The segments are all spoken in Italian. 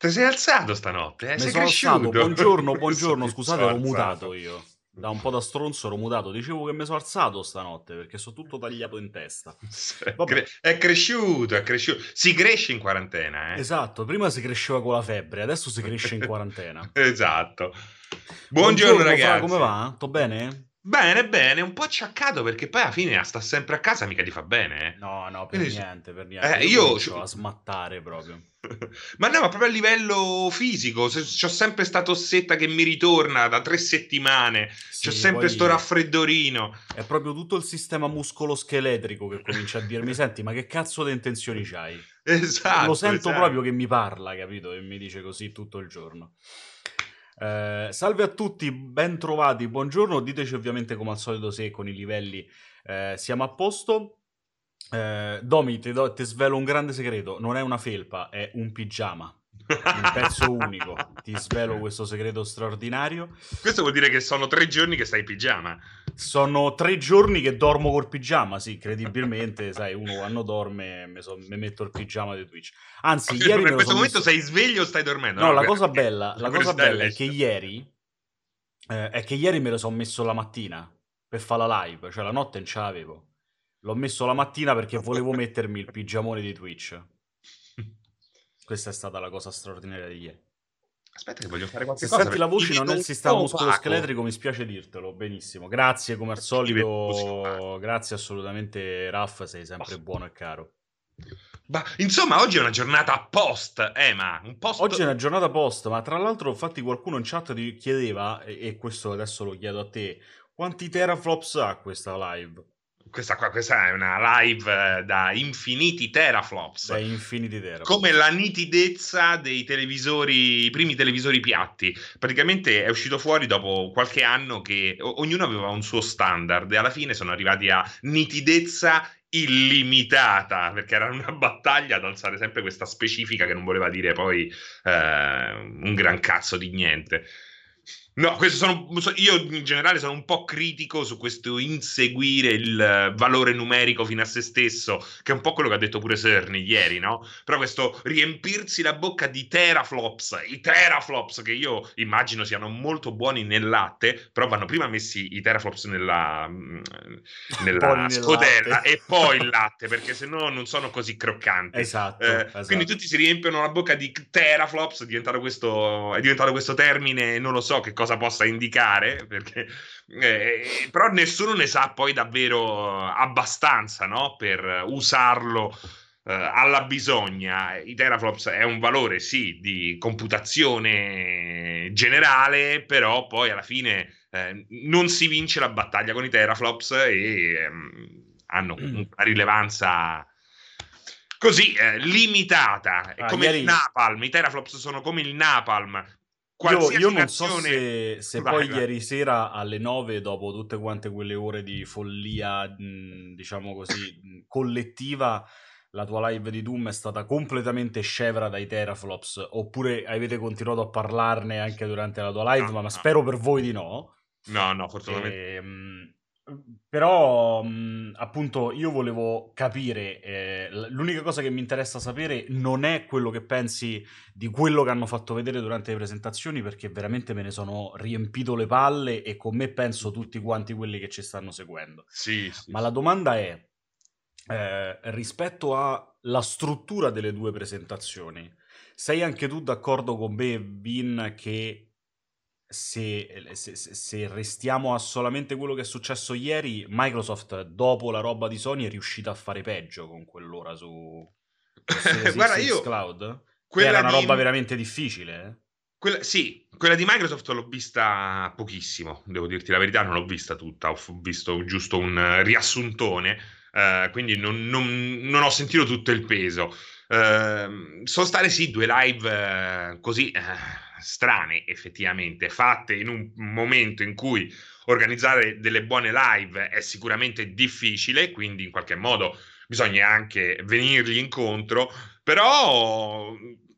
Te sei alzato stanotte, Mi sei sono alzato, cresciuto. buongiorno, So- buongiorno, Mi scusate, sono ero mutato alzato. io. Da un po' da stronzo ero mutato. Dicevo che mi sono alzato stanotte perché sono tutto tagliato in testa. Vabbè, È cresciuto, è cresciuto. Si cresce in quarantena, eh? esatto, prima si cresceva con la febbre, adesso si cresce in quarantena. Esatto. Buongiorno Buongiorno, Fra, come ragazzi. va? Tutto bene? Bene, bene, un po' acciaccato perché poi alla fine sta sempre a casa, mica ti fa bene, eh. No, no, per Quindi, niente, per niente. Io io... comincio a smattare proprio. Ma no, ma proprio a livello fisico, c'ho sempre sta tossetta che mi ritorna da 3 settimane, c'ho Sì, sempre sto poi raffreddorino. è proprio tutto il sistema muscoloscheletrico che comincia a dirmi: Senti, ma che cazzo di intenzioni c'hai? Lo Esatto, sento proprio esatto. che mi parla, capito? E mi dice così tutto il giorno. Salve a tutti, ben trovati, buongiorno. Diteci ovviamente come al solito se con i livelli siamo a posto. Domi, ti svelo un grande segreto: non è una felpa, è un pigiama. Un pezzo unico. Ti svelo questo segreto straordinario. Questo vuol dire che sono 3 giorni che stai in pigiama. Sono 3 giorni che dormo col pigiama, sì, credibilmente, sai, uno quando dorme mi metto il pigiama di Twitch. Anzi, ieri Ma me in lo questo sono momento messo... sei sveglio o stai dormendo? No, No, la cosa perché bella, la la cosa curiosità è bella lecita. è che ieri me lo sono messo la mattina per fare la live, cioè la notte non ce l'avevo. L'ho messo la mattina perché volevo mettermi il pigiamone di Twitch. Questa è stata la cosa straordinaria di ieri. Aspetta che voglio fare qualche Se cosa senti la perché ti voce non è vedo il un sistema po' opaco. muscoloscheletrico, mi spiace dirtelo, benissimo. Grazie come al Perché ti vedo così opaco? solito, grazie assolutamente Raff, sei sempre buono e caro. Ma insomma, oggi è una giornata post, ma un Oggi è post. una giornata post, ma tra l'altro infatti qualcuno in chat ti chiedeva, e questo adesso lo chiedo a te, quanti teraflops ha questa live? Questa è una live da infiniti teraflops. Beh, infiniti Come teraflops. la nitidezza dei televisori, i primi televisori piatti. Praticamente è uscito fuori dopo qualche anno che ognuno aveva un suo standard e alla fine sono arrivati a nitidezza illimitata, perché era una battaglia ad alzare sempre questa specifica che non voleva dire poi un gran cazzo di niente. No, io in generale sono un po' critico su questo inseguire il valore numerico fino a se stesso, che è un po' quello che ha detto pure Cerny ieri, no? Però questo riempirsi la bocca di teraflops, i teraflops che io immagino siano molto buoni nel latte, però vanno prima messi i teraflops nella Buoni nel latte. scodella e poi il latte, perché sennò non sono così croccanti. Esatto, Quindi esatto. tutti si riempiono la bocca di teraflops, è diventato questo termine, non lo so che cosa possa indicare, perché, però nessuno ne sa poi davvero abbastanza, no? Per usarlo alla bisogna. I teraflops è un valore, sì, di computazione generale, però poi alla fine non si vince la battaglia con i teraflops e hanno una rilevanza così limitata. È Ah, come il ieri napalm. I teraflops sono come il napalm. io Qualsiasi non so nazione. se Vai, poi vai. ieri sera alle 9, dopo tutte quante quelle ore di follia, diciamo così, collettiva, la tua live di Doom è stata completamente scevra dai teraflops, oppure avete continuato a parlarne anche durante la tua No, live, ma no, spero per voi di no. no, no, fortunatamente. Ehm, Però, appunto, io volevo capire, l'unica cosa che mi interessa sapere non è quello che pensi di quello che hanno fatto vedere durante le presentazioni, perché veramente me ne sono riempito le palle e con me penso tutti quanti quelli che ci stanno seguendo. Sì, sì, Ma la sì. domanda è, rispetto alla struttura delle due presentazioni, sei anche tu d'accordo con me, Vin, che se restiamo a solamente quello che è successo ieri, Microsoft, dopo la roba di Sony, è riuscita a fare peggio con quell'ora su Series Guarda, X e X io Cloud? Che era quella una roba di, veramente difficile, eh? sì, quella di Microsoft l'ho vista pochissimo, devo dirti la verità, non l'ho vista tutta, ho visto giusto un riassuntone, quindi non ho sentito tutto il peso. Sono state sì 2 live così strane, effettivamente, fatte in un momento in cui organizzare delle buone live è sicuramente difficile, quindi in qualche modo bisogna anche venirgli incontro, però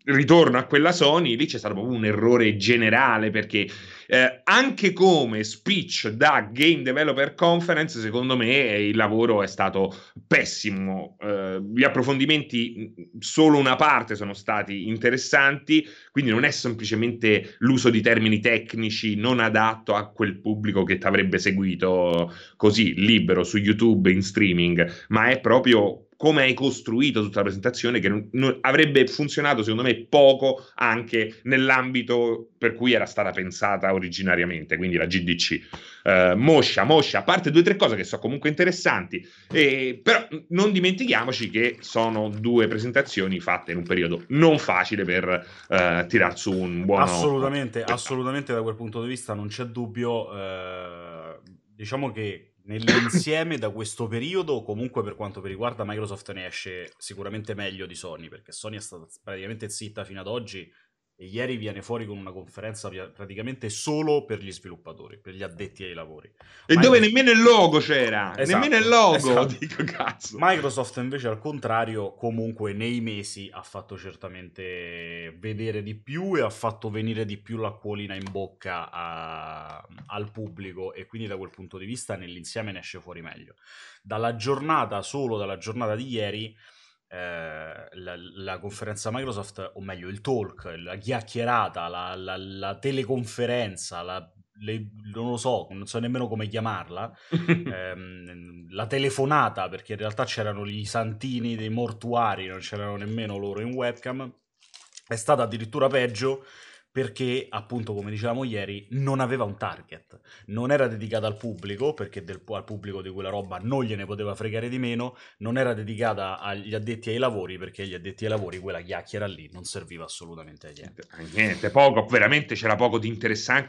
ritorno a quella Sony, lì c'è stato proprio un errore generale, perché anche come speech da Game Developer Conference, secondo me il lavoro è stato pessimo. Gli approfondimenti, solo una parte sono stati interessanti, quindi non è semplicemente l'uso di termini tecnici non adatto a quel pubblico che ti avrebbe seguito così libero su YouTube in streaming, ma è proprio come hai costruito tutta la presentazione, che avrebbe funzionato secondo me poco anche nell'ambito per cui era stata pensata originariamente, quindi la GDC. Moscia, a parte 2 o 3 cose che sono comunque interessanti, però non dimentichiamoci che sono 2 presentazioni fatte in un periodo non facile per tirar su un buono Assolutamente, spettacolo. assolutamente da quel punto di vista non c'è dubbio. Diciamo che nell'insieme da questo periodo, comunque per quanto mi riguarda, Microsoft ne esce sicuramente meglio di Sony, perché Sony è stata praticamente zitta fino ad oggi e ieri viene fuori con una conferenza praticamente solo per gli sviluppatori, per gli addetti ai lavori. E dove Microsoft... nemmeno il logo c'era, nemmeno il Esatto, logo, esatto. dico cazzo. Microsoft invece al contrario, comunque nei mesi ha fatto certamente vedere di più e ha fatto venire di più l'acquolina in bocca al pubblico, e quindi da quel punto di vista nell'insieme ne esce fuori meglio. Solo dalla giornata di ieri, la conferenza Microsoft, o meglio il talk, la chiacchierata, la teleconferenza, non lo so, non so nemmeno come chiamarla, la telefonata, perché in realtà c'erano gli santini dei mortuari, non c'erano nemmeno loro in webcam, è stata addirittura peggio, perché appunto, come dicevamo ieri, non aveva un target, non era dedicata al pubblico, perché al pubblico di quella roba non gliene poteva fregare di meno, non era dedicata agli addetti ai lavori, perché gli addetti ai lavori quella chiacchiera lì non serviva assolutamente a niente. Niente, poco, veramente c'era poco di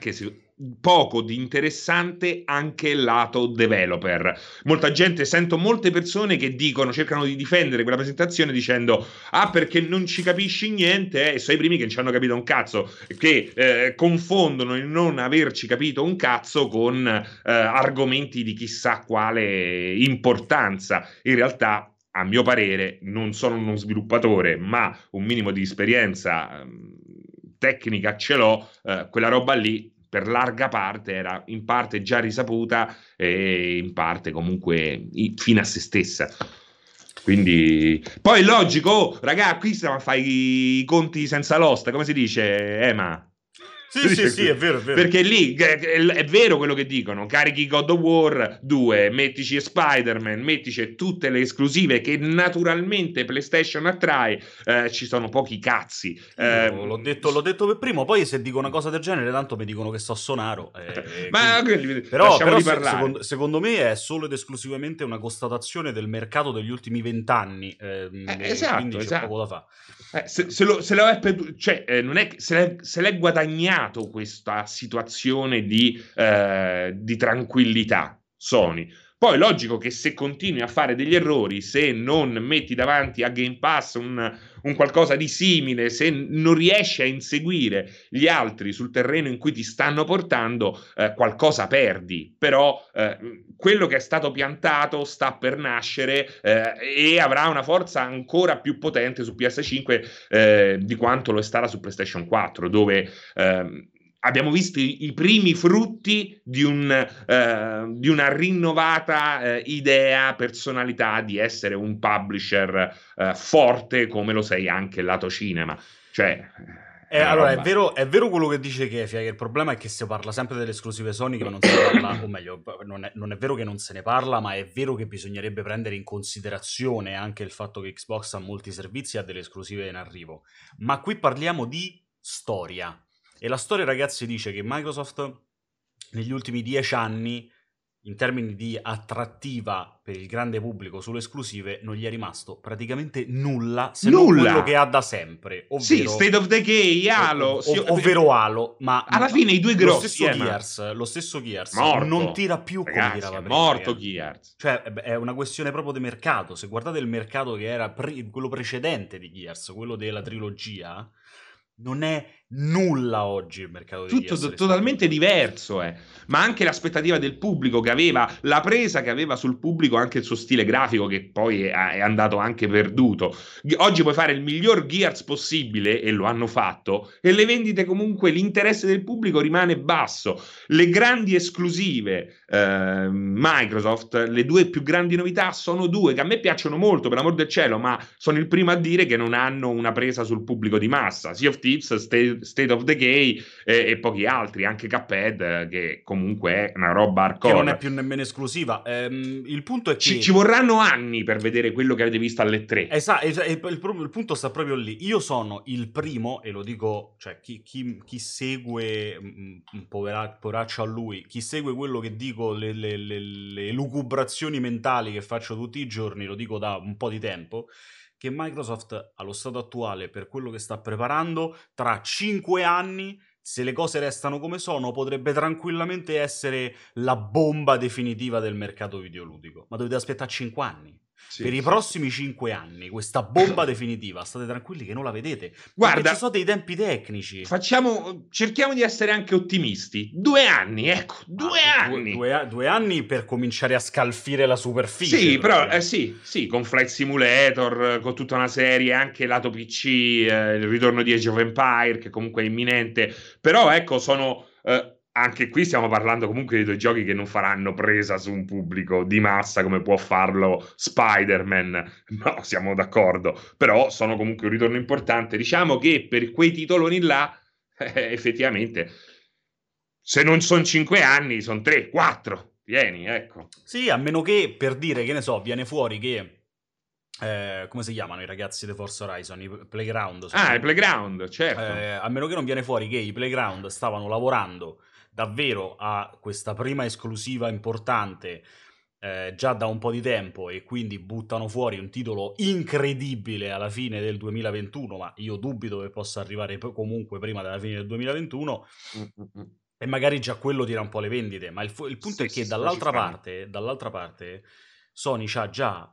interessante anche lato developer. Molta gente, sento molte persone che dicono, cercano di difendere quella presentazione dicendo perché non ci capisci niente, e sono i primi che non ci hanno capito un cazzo, che confondono il non averci capito un cazzo con argomenti di chissà quale importanza. In realtà, a mio parere, non sono uno sviluppatore, ma un minimo di esperienza tecnica ce l'ho, quella roba lì per larga parte era in parte già risaputa e in parte comunque fine a se stessa. Quindi, poi logico, raga, qui stiamo a fare i conti senza l'osta, come si dice, Ema? Sì, sì, sì, è vero, è vero. Perché lì è vero quello che dicono, carichi God of War 2, mettici Spider-Man, mettici tutte le esclusive che naturalmente PlayStation attrae, ci sono pochi cazzi. Io l'ho detto per primo, poi se dico una cosa del genere tanto mi dicono che so sonaro. Ma Però lasciamoli parlare. secondo me è solo ed esclusivamente una constatazione del mercato degli ultimi 20 anni, quindi Esatto, c'è poco da esatto. fare. Non è che se l'è guadagnato questa situazione di tranquillità Sony. Poi logico che se continui a fare degli errori, se non metti davanti a Game Pass un qualcosa di simile, se non riesci a inseguire gli altri sul terreno in cui ti stanno portando, qualcosa perdi. Però quello che è stato piantato sta per nascere e avrà una forza ancora più potente su PS5 di quanto lo è stata su PlayStation 4, dove abbiamo visto i primi frutti di una rinnovata idea, personalità di essere un publisher forte come lo sei anche lato cinema. Cioè, è una Allora, roba. è vero quello che dice Kefia, che il problema è che si parla sempre delle esclusive Sony, che non si parla, o meglio, non è vero che non se ne parla, ma è vero che bisognerebbe prendere in considerazione anche il fatto che Xbox ha molti servizi e ha delle esclusive in arrivo. Ma qui parliamo di storia. E la storia, ragazzi, dice che Microsoft negli ultimi 10 anni, in termini di attrattiva per il grande pubblico sulle esclusive, non gli è rimasto praticamente nulla, se non quello che Nulla! ha da sempre, Sì, ovvero State of Decay, Halo. Sì, ovvero Halo, ma alla fine i due grossi, Lo stesso Gears non morto. tira più come Ragazzi, tirava è prima, morto ragazzi. Gears. Cioè, è una questione proprio di mercato. Se guardate il mercato che era quello precedente di Gears, quello della trilogia, non è nulla oggi il mercato degli Tutto esseri totalmente strategici. diverso, ma anche l'aspettativa del pubblico che aveva, la presa che aveva sul pubblico, anche il suo stile grafico che poi è andato anche perduto. Oggi puoi fare il miglior Gears possibile e lo hanno fatto e le vendite comunque, l'interesse del pubblico rimane basso. Le grandi esclusive Microsoft, le due più grandi novità sono due che a me piacciono molto, per l'amor del cielo, ma sono il primo a dire che non hanno una presa sul pubblico di massa. Sea of Thieves, State of Decay e pochi altri, anche Cuphead, che comunque è una roba Che non è hardcore. più nemmeno esclusiva. Il punto è Ci che vorranno anni per vedere quello che avete visto alle 3. il punto sta proprio lì. Io sono il primo, e lo dico, cioè chi segue, poveraccio a lui, chi segue quello che dico, le lucubrazioni mentali che faccio tutti i giorni, lo dico da un po' di tempo, che Microsoft allo stato attuale, per quello che sta preparando, tra 5 anni, se le cose restano come sono, potrebbe tranquillamente essere la bomba definitiva del mercato videoludico. Ma dovete aspettare 5 anni. Per Sì, i sì, sì. prossimi 5 anni, questa bomba definitiva, state tranquilli che non la vedete, perché ci Guarda, sono dei tempi tecnici. cerchiamo di essere anche ottimisti. 2 anni, ecco, Ma 2 anni. 2 anni per cominciare a scalfire la superficie, Sì, però praticamente. sì, sì, con Flight Simulator, con tutta una serie, anche lato PC, il ritorno di Age of Empire, che comunque è imminente. Però ecco, anche qui stiamo parlando comunque di due giochi che non faranno presa su un pubblico di massa come può farlo Spider-Man. No, siamo d'accordo. Però sono comunque un ritorno importante. Diciamo che per quei titoloni là, effettivamente, se non sono 5 anni, sono 3, 4. Vieni, ecco. Sì, a meno che, per dire, che ne so, viene fuori che... come si chiamano i ragazzi di Forza Horizon? I Playground Ah, il sono. Playground, certo. A meno che non viene fuori che i Playground stavano lavorando davvero a questa prima esclusiva importante già da un po' di tempo e quindi buttano fuori un titolo incredibile alla fine del 2021, ma io dubito che possa arrivare comunque prima della fine del 2021 Mm, mm, mm. e magari già quello tira un po' le vendite, ma il punto Sì, è sì, che sì, no, ci stanno. dall'altra parte Sony c'ha già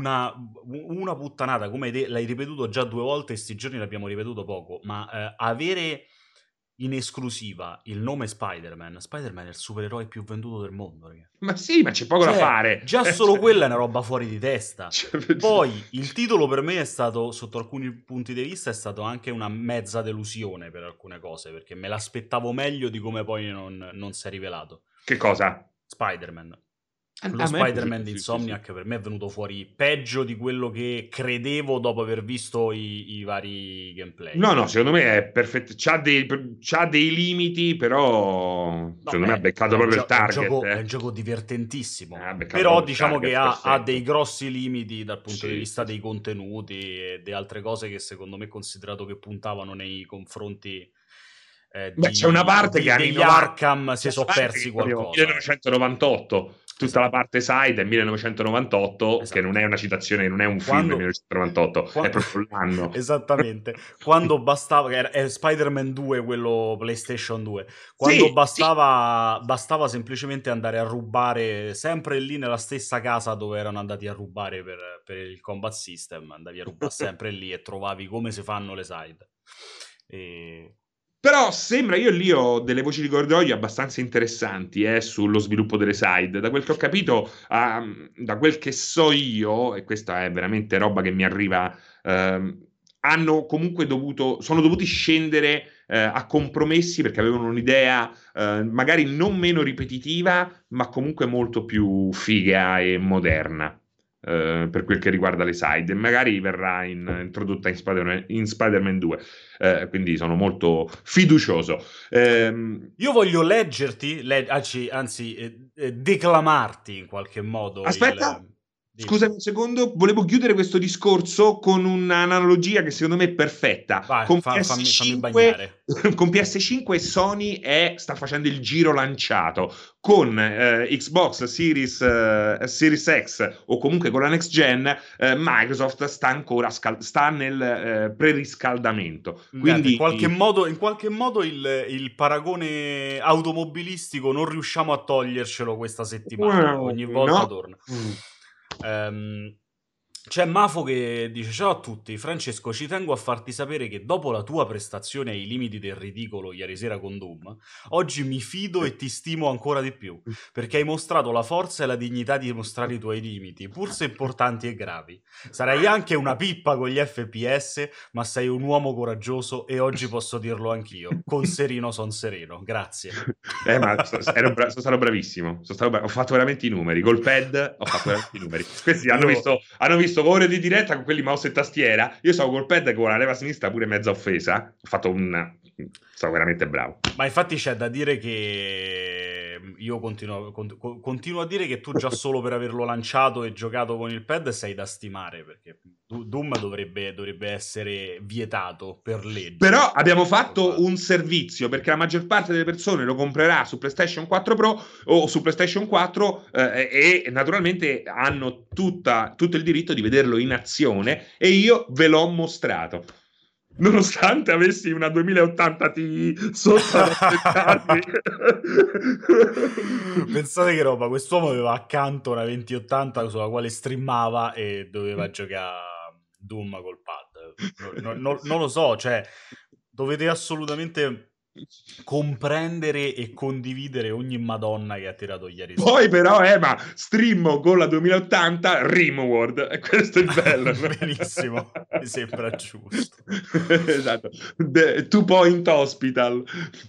una puttanata, come l'hai ripetuto già 2 volte e sti giorni l'abbiamo ripetuto poco, ma avere in esclusiva il nome Spider-Man è il supereroe più venduto del mondo, raga. Ma sì, ma c'è poco da Cioè, fare. già solo quella è una roba fuori di testa. Cioè, Poi il titolo per me è stato, sotto alcuni punti di vista, è stato anche una mezza delusione per alcune cose, perché me l'aspettavo meglio di come poi non si è rivelato. che cosa? Spider-Man. Lo A me è Spider-Man piaciuto, di sì, sì, sì. Insomniac per me è venuto fuori peggio di quello che credevo dopo aver visto i vari gameplay. No, no, secondo me è perfetto. C'ha dei limiti, però No, secondo me ha beccato proprio il target. è un gioco divertentissimo. Ha beccato Però proprio il diciamo che target, ha dei perfetto. grossi limiti dal punto di Sì, vista sì, dei sì. contenuti e di altre cose che secondo me, considerato che puntavano nei confronti Beh, c'è una parte che ha degli rinnovato, Arkham, si c'è una sono parte che persi è proprio qualcosa. 1998, tutta la Esatto, parte side è 1998, che non esatto. è una citazione, non è un film Quando, 1998, è qua- proprio l'anno. esattamente, quando bastava, è Spider-Man 2, quello PlayStation 2, quando Sì, sì. bastava semplicemente andare a rubare, sempre lì nella stessa casa dove erano andati a rubare per il combat system, andavi a rubare sempre lì e trovavi come si fanno le side. E... Però sembra, io lì ho delle voci di corridoio abbastanza interessanti sullo sviluppo delle side. Da quel che ho capito, da quel che so io, e questa è veramente roba che mi arriva, hanno comunque sono dovuti scendere a compromessi perché avevano un'idea magari non meno ripetitiva, ma comunque molto più figa e moderna. Per quel che riguarda le side, e magari verrà introdotta in Spider-Man 2. Quindi sono molto fiducioso. Io voglio leggerti, anzi, declamarti in qualche modo Aspetta, il... Dimmi. scusami un secondo, volevo chiudere questo discorso con un'analogia che secondo me è perfetta. Vai, Con fammi PS5, bagnare. con PS5 Sony sta facendo il giro lanciato. Con Xbox Series X o comunque con la next gen, Microsoft sta ancora sta nel preriscaldamento. Guarda, Quindi in qualche modo il paragone automobilistico non riusciamo a togliercelo questa settimana. Ogni volta no. torna. Ehm, C'è Mafo che dice: Ciao a tutti, Francesco, ci tengo a farti sapere che dopo la tua prestazione ai limiti del ridicolo ieri sera con Doom, oggi mi fido e ti stimo ancora di più, perché hai mostrato la forza e la dignità di mostrare i tuoi limiti, pur se importanti e gravi. Sarai anche una pippa con gli FPS, ma sei un uomo coraggioso e oggi posso dirlo anch'io. Con sereno son sereno, grazie. Ma sono stato bravissimo. Ho fatto veramente i numeri. Col pad ho fatto veramente i numeri. Questi Io hanno visto ore di diretta con quelli mouse e tastiera. Io stavo col pad con la leva sinistra pure mezza offesa. Ho fatto un. Stavo veramente bravo. Ma infatti c'è da dire che io continuo a dire che tu già solo per averlo lanciato e giocato con il pad sei da stimare, perché Doom dovrebbe essere vietato per legge. Però abbiamo Col fatto pad. un servizio perché la maggior parte delle persone lo comprerà su PlayStation 4 Pro o su PlayStation 4 e naturalmente hanno tutto il diritto di vederlo in azione e io ve l'ho mostrato. Nonostante avessi una 2080 Ti sotto ad aspettarmi. Pensate che roba, quest'uomo aveva accanto una 2080 sulla quale streamava e doveva giocare Doom col pad. Non lo so, cioè, dovete assolutamente comprendere e condividere ogni Madonna che ha tirato ieri Poi sera. però, ma streamo con la 2080 Rimworld, e questo è il bello. Benissimo, mi sembra giusto. Esatto, The Two Point Hospital.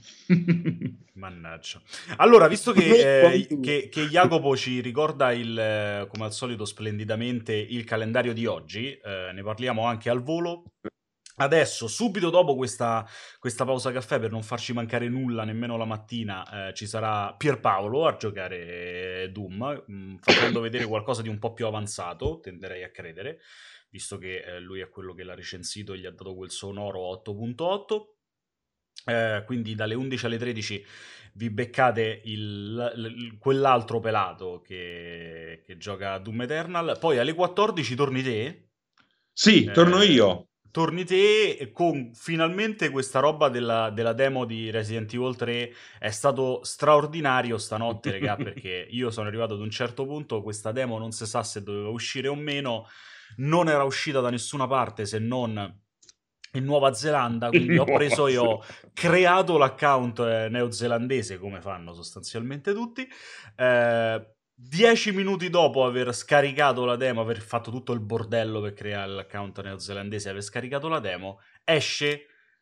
Mannaggia. Allora, visto Buon che Jacopo ci ricorda come al solito splendidamente il calendario di oggi, ne parliamo anche al volo. Adesso, subito dopo questa pausa caffè, per non farci mancare nulla nemmeno la mattina, ci sarà Pierpaolo a giocare Doom, facendo vedere qualcosa di un po' più avanzato, tenderei a credere, visto che lui è quello che l'ha recensito e gli ha dato quel sonoro 8.8. Quindi dalle 11 alle 13 vi beccate quell'altro pelato che gioca a Doom Eternal. Poi alle 14 torni te. Sì, torno Eh, io. torni te con finalmente questa roba della demo di Resident Evil 3. È stato straordinario stanotte, regà, perché io sono arrivato ad un certo punto, questa demo non si sa se doveva uscire o meno, non era uscita da nessuna parte se non in Nuova Zelanda, quindi ho Nuova preso e ho sera. creato l'account neozelandese, come fanno sostanzialmente tutti. 10 minuti dopo aver scaricato la demo, aver fatto tutto il bordello per creare l'account neozelandese, aver scaricato la demo, esce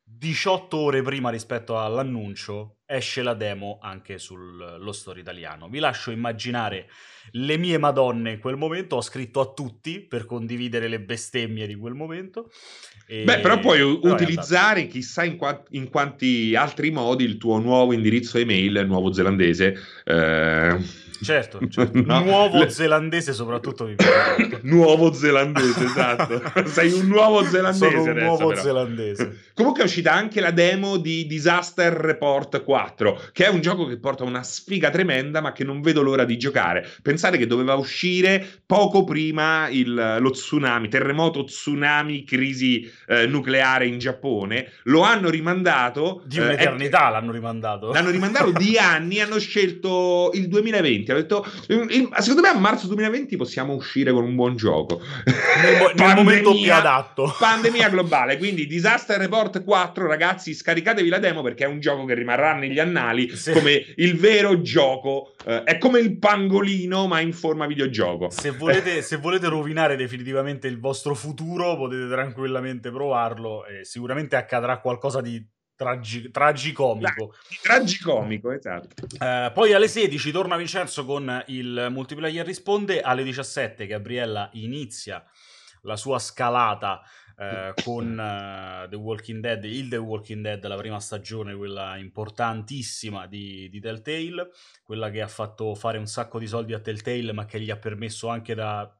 18 ore prima rispetto all'annuncio, esce la demo anche sullo store italiano. Vi lascio immaginare le mie madonne in quel momento, ho scritto a tutti per condividere le bestemmie di quel momento. Beh, però puoi Però è andata. utilizzare chissà in quanti altri modi il tuo nuovo indirizzo email nuovo zelandese. Eh, Certo, certo. no? Nuovo zelandese soprattutto mi piace molto. Nuovo zelandese, esatto. Sei un nuovo Sono zelandese un adesso, nuovo però. zelandese. Comunque è uscita anche la demo di Disaster Report 4, che è un gioco che porta una sfiga tremenda, ma che non vedo l'ora di giocare. Pensate che doveva uscire poco prima lo tsunami, terremoto, tsunami, crisi nucleare in Giappone. Lo hanno rimandato. Di un'eternità l'hanno rimandato. L'hanno rimandato di anni, hanno scelto il 2020. Hanno detto, secondo me a marzo 2020 possiamo uscire con un buon gioco. Nel momento più adatto. Pandemia globale, quindi Disaster Report 4, ragazzi, scaricatevi la demo perché è un gioco che rimarrà negli annali Se, come il vero gioco. È come il pangolino, ma in forma videogioco. se volete rovinare definitivamente il vostro futuro, potete tranquillamente provarlo e sicuramente accadrà qualcosa di tragicomico. Tragicomico, esatto. Poi alle 16 torna Vincenzo con il multiplayer risponde, alle 17 Gabriella inizia la sua scalata con The Walking Dead, The Walking Dead, la prima stagione, quella importantissima di Telltale, quella che ha fatto fare un sacco di soldi a Telltale, ma che gli ha permesso anche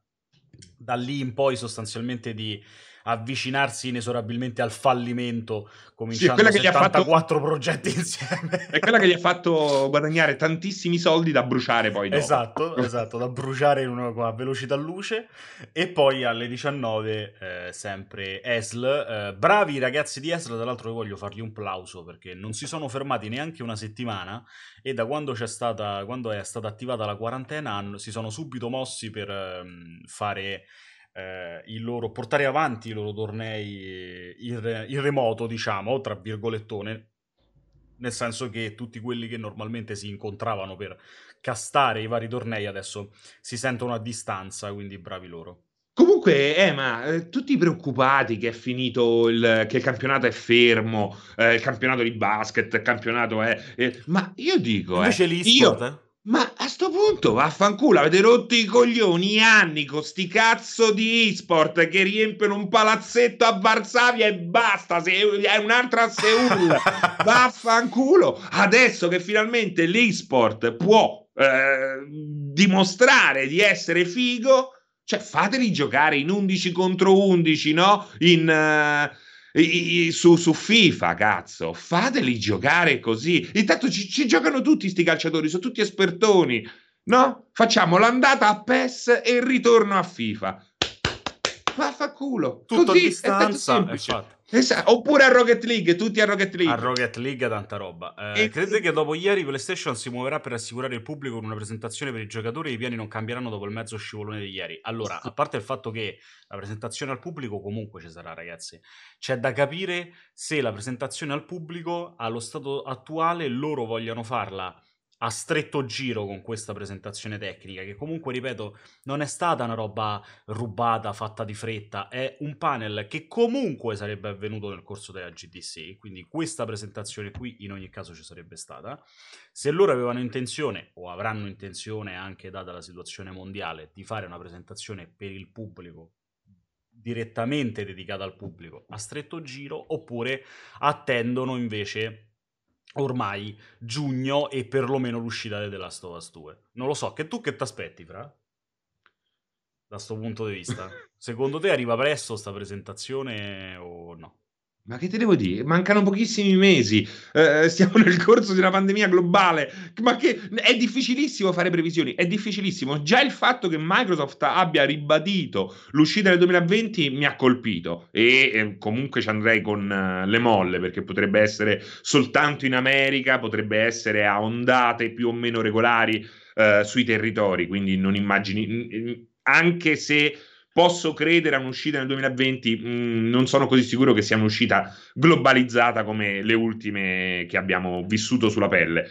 da lì in poi sostanzialmente di avvicinarsi inesorabilmente al fallimento, Sì, è cominciando quella che gli ha fatto 74 progetti insieme. è quella che gli ha fatto guadagnare tantissimi soldi da bruciare poi dopo. Esatto, esatto, da bruciare a velocità luce. E poi alle 19 sempre ESL. Bravi i ragazzi di ESL, tra l'altro io voglio fargli un plauso perché non si sono fermati neanche una settimana e da quando quando è stata attivata la quarantena si sono subito mossi per fare portare avanti i loro tornei in remoto, diciamo, tra virgolettone, nel senso che tutti quelli che normalmente si incontravano per castare i vari tornei adesso si sentono a distanza, quindi bravi loro. Comunque, tutti preoccupati che è finito che il campionato è fermo, il campionato di basket, il campionato ma io dico, Invece l'e-sport, ma a sto punto vaffanculo, avete rotto i coglioni anni con sti cazzo di e-sport che riempiono un palazzetto a Varsavia e basta, è un'altra a Seul, vaffanculo. Adesso che finalmente l'e-sport può dimostrare di essere figo, cioè fateli giocare in 11 contro 11, no? Su FIFA, cazzo, fateli giocare così. Intanto ci giocano tutti sti calciatori, sono tutti espertoni, no? Facciamo l'andata a PES e il ritorno a FIFA. Vaffanculo, tutto a così è stato distanza, è semplice. fatto. Oppure a Rocket League, tutti a Rocket A League. Rocket League tanta roba. E- Credete che dopo ieri PlayStation si muoverà per assicurare il pubblico con una presentazione per i giocatori e i piani non cambieranno dopo il mezzo scivolone di ieri? Allora, a parte il fatto che la presentazione al pubblico comunque ci sarà, ragazzi, c'è da capire se la presentazione al pubblico, allo stato attuale, loro vogliano farla a stretto giro con questa presentazione tecnica, che comunque, ripeto, non è stata una roba rubata, fatta di fretta, è un panel che comunque sarebbe avvenuto nel corso della GDC, quindi questa presentazione qui in ogni caso ci sarebbe stata. Se loro avevano intenzione, o avranno intenzione anche data la situazione mondiale, di fare una presentazione per il pubblico, direttamente dedicata al pubblico, a stretto giro, oppure attendono invece ormai giugno e perlomeno l'uscita di The Last of Us 2. Non lo so, che tu che ti aspetti, Fra? Da sto punto di vista? Secondo te arriva presto sta presentazione o no? Ma che te devo dire? Mancano pochissimi mesi, stiamo nel corso di una pandemia globale, ma che è difficilissimo fare previsioni, è difficilissimo. Già il fatto che Microsoft abbia ribadito l'uscita del 2020 mi ha colpito e comunque ci andrei con le molle perché potrebbe essere soltanto in America, potrebbe essere a ondate più o meno regolari sui territori, quindi non immagini, anche se posso credere a un'uscita nel 2020, non sono così sicuro che sia un'uscita globalizzata come le ultime che abbiamo vissuto sulla pelle.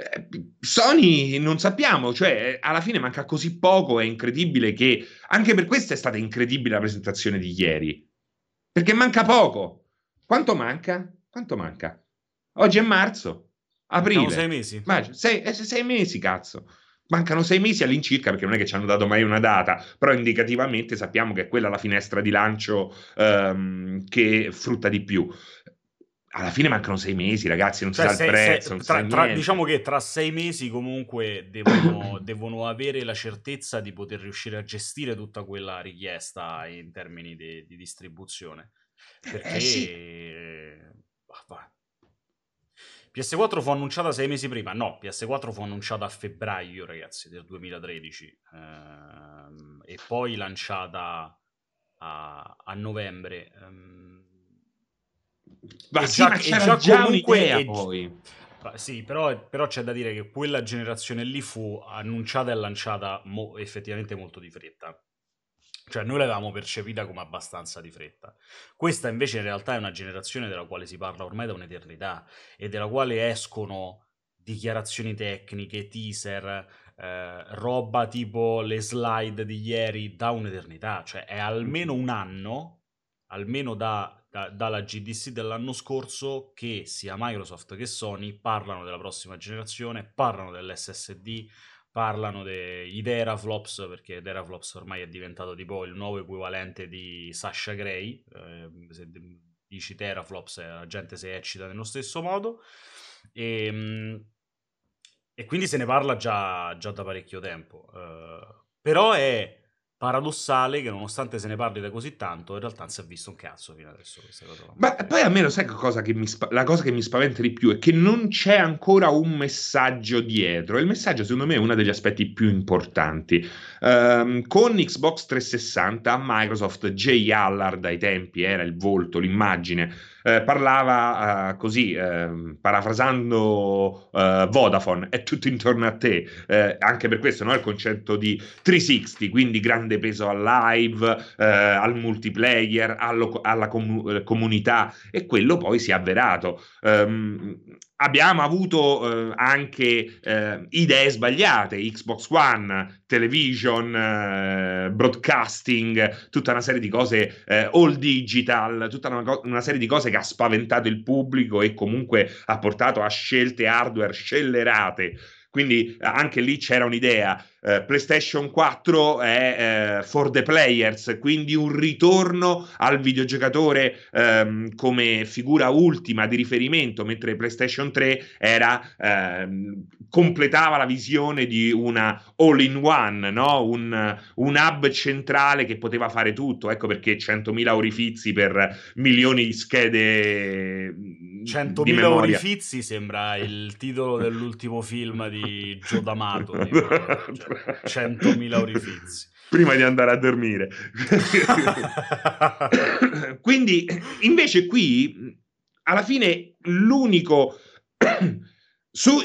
Sony non sappiamo, cioè alla fine manca così poco, è incredibile che anche per questo è stata incredibile la presentazione di ieri, perché manca poco. Quanto manca? Quanto manca? Oggi è marzo, Mancano 6 aprile, mesi. sei mesi, cazzo. Mancano 6 mesi all'incirca perché non è che ci hanno dato mai una data, però indicativamente sappiamo che è quella la finestra di lancio che frutta di più. Alla fine mancano 6 mesi, ragazzi, non si Cioè, sa il prezzo, non si sa diciamo niente. che tra 6 mesi comunque devono avere la certezza di poter riuscire a gestire tutta quella richiesta in termini di distribuzione. Sì. Perché... PS4 fu annunciata 6 mesi prima. No, PS4 fu annunciata a febbraio, ragazzi, del 2013. E poi lanciata a novembre. Ma sì, ma E c'era già già comunque... un'idea poi. Sì, però c'è da dire che quella generazione lì fu annunciata e lanciata effettivamente molto di fretta. Cioè, noi l'avevamo percepita come abbastanza di fretta. Questa invece in realtà è una generazione della quale si parla ormai da un'eternità e della quale escono dichiarazioni tecniche, teaser, roba tipo le slide di ieri da un'eternità. Cioè, è almeno un anno, almeno dalla GDC dell'anno scorso, che sia Microsoft che Sony parlano della prossima generazione, parlano dell'SSD, parlano dei teraflops, perché teraflops ormai è diventato tipo il nuovo equivalente di Sasha Grey. Se dici teraflops la gente si eccita nello stesso modo. E quindi se ne parla già da parecchio tempo. Però è paradossale che nonostante se ne parli da così tanto, in realtà non si è visto un cazzo fino adesso questa cosa. Ma poi a me lo sai che cosa che la cosa che mi spaventa di più è che non c'è ancora un messaggio dietro. E il messaggio, secondo me, è uno degli aspetti più importanti. Con Xbox 360, Microsoft, Jay Allard ai tempi era il volto, l'immagine, parlava così, parafrasando Vodafone, è tutto intorno a te, anche per questo, no, il concetto di 360, quindi grande peso al live, al multiplayer, alla comunità, e quello poi si è avverato. Abbiamo avuto anche idee sbagliate, Xbox One, television, broadcasting, tutta una serie di cose, all digital, tutta una serie di cose che ha spaventato il pubblico e comunque ha portato a scelte hardware scellerate. Quindi anche lì c'era un'idea. PlayStation 4 è for the players, quindi un ritorno al videogiocatore come figura ultima di riferimento, mentre PlayStation 3 completava la visione di una all-in-one, no? Un hub centrale che poteva fare tutto. Ecco perché 100.000 orifizi per milioni di schede di 100.000 memoria. orifizi sembra il titolo dell'ultimo film di Joe D'Amato, tipo, cioè, 100.000 orifizi. Prima di andare a dormire. Quindi, invece qui, alla fine, l'unico... su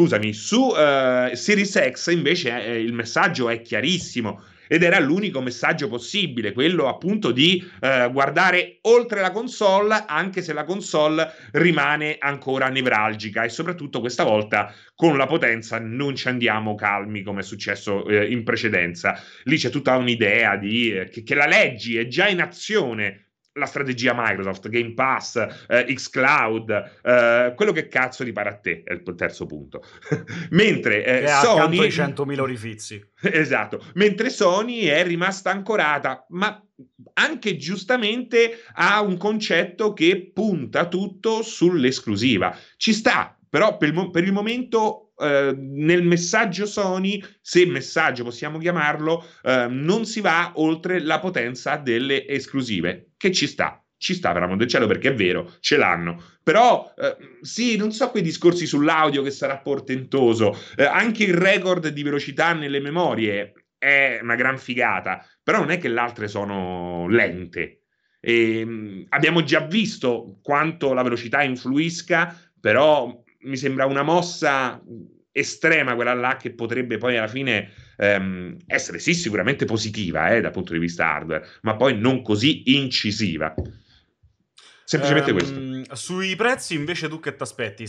Series X invece il messaggio è chiarissimo ed era l'unico messaggio possibile, quello appunto di guardare oltre la console, anche se la console rimane ancora nevralgica, e soprattutto questa volta con la potenza non ci andiamo calmi come è successo in precedenza. Lì c'è tutta un'idea che la leggi, è già in azione la strategia Microsoft, Game Pass, xCloud, quello che cazzo ti pare a te, è il terzo punto. Mentre Sony... accanto ai Sony... 100.000 orifizi. Esatto, mentre Sony è rimasta ancorata, ma anche giustamente ha un concetto che punta tutto sull'esclusiva. Ci sta, però per il momento nel messaggio Sony, se messaggio possiamo chiamarlo, non si va oltre la potenza delle esclusive, che ci sta per amor del cielo, perché è vero, ce l'hanno. Però sì, non so quei discorsi sull'audio che sarà portentoso, anche il record di velocità nelle memorie è una gran figata, però non è che le altre sono lente. Abbiamo già visto quanto la velocità influisca, però mi sembra una mossa estrema quella là, che potrebbe poi alla fine essere sì sicuramente positiva dal punto di vista hardware, ma poi non così incisiva. Semplicemente questo. Sui prezzi invece tu che ti aspetti?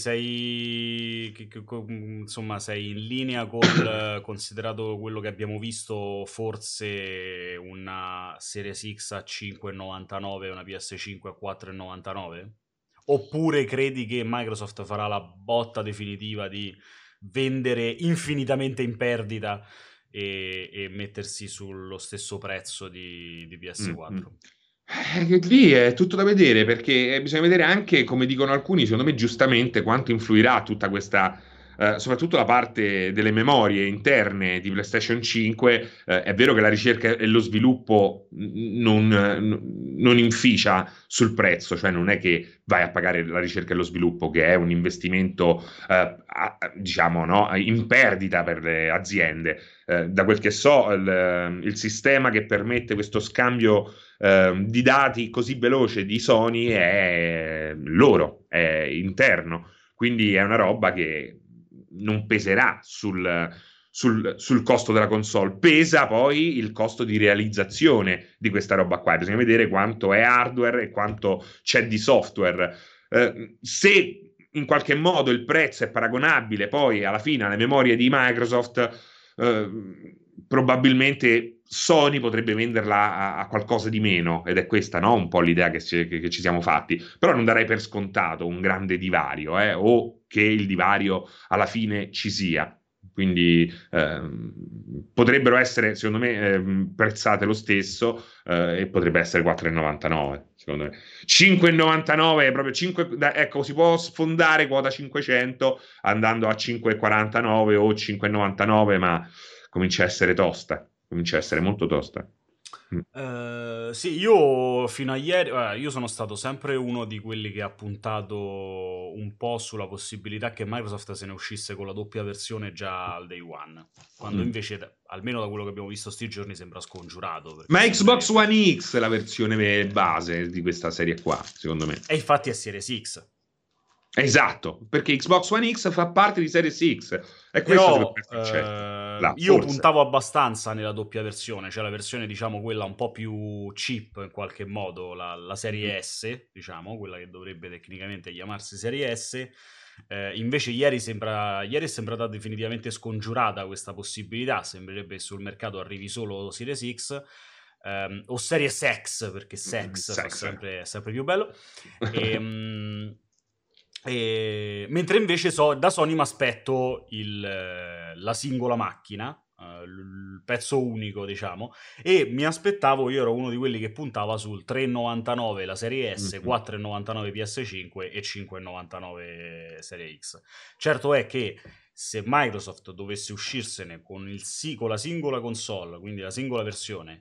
Insomma, sei in linea con considerato quello che abbiamo visto, forse una Series X a 5,99 e una PS5 a 4,99? Oppure credi che Microsoft farà la botta definitiva di vendere infinitamente in perdita e mettersi sullo stesso prezzo di PS4? Lì è tutto da vedere, perché bisogna vedere anche, come dicono alcuni, secondo me giustamente, quanto influirà tutta questa, soprattutto la parte delle memorie interne di PlayStation 5. È vero che la ricerca e lo sviluppo non inficia sul prezzo, cioè non è che vai a pagare la ricerca e lo sviluppo, che è un investimento, diciamo, no, in perdita per le aziende. Da quel che so, il sistema che permette questo scambio di dati così veloce di Sony è loro, è interno, quindi è una roba che non peserà sul costo della console. Pesa poi il costo di realizzazione di questa roba qua. Bisogna vedere quanto è hardware e quanto c'è di software. Se in qualche modo il prezzo è paragonabile poi alla fine alle memorie di Microsoft, probabilmente Sony potrebbe venderla a qualcosa di meno, ed è questa, no? Un po' l'idea che ci siamo fatti. Però non darei per scontato un grande divario, o che il divario alla fine ci sia. Quindi potrebbero essere, secondo me, prezzate lo stesso, e potrebbe essere 4,99, secondo me. 5,99 proprio 5, ecco, si può sfondare quota 500 andando a 5,49 o 5,99, ma comincia a essere tosta, comincia a essere molto tosta. Sì, io fino a ieri, io sono stato sempre uno di quelli che ha puntato un po' sulla possibilità che Microsoft se ne uscisse con la doppia versione già al day one, quando Mm. invece, almeno da quello che abbiamo visto sti giorni, sembra scongiurato, perché Ma Xbox sembrerebbe... One X è la versione base di questa serie qua, secondo me. E infatti è Series X. Esatto, perché Xbox One X fa parte di Series X e questo secondo me Però è il concetto. Là, io forse. puntavo abbastanza nella doppia versione, cioè la versione diciamo quella un po' più cheap in qualche modo, la Mhm. serie S, diciamo, quella che dovrebbe tecnicamente chiamarsi serie S. Invece ieri è sembrata definitivamente scongiurata questa possibilità, sembrerebbe che sul mercato arrivi solo Series X. O Series X, perché sex fa Sex. sempre più bello. Ehm, mentre invece da Sony mi aspetto la singola macchina, il pezzo unico, diciamo, e mi aspettavo, io ero uno di quelli che puntava sul 3,99 la serie S, Mhm. 4,99 PS5 e 5,99 serie X. Certo è che se Microsoft dovesse uscirsene con la singola console, quindi la singola versione,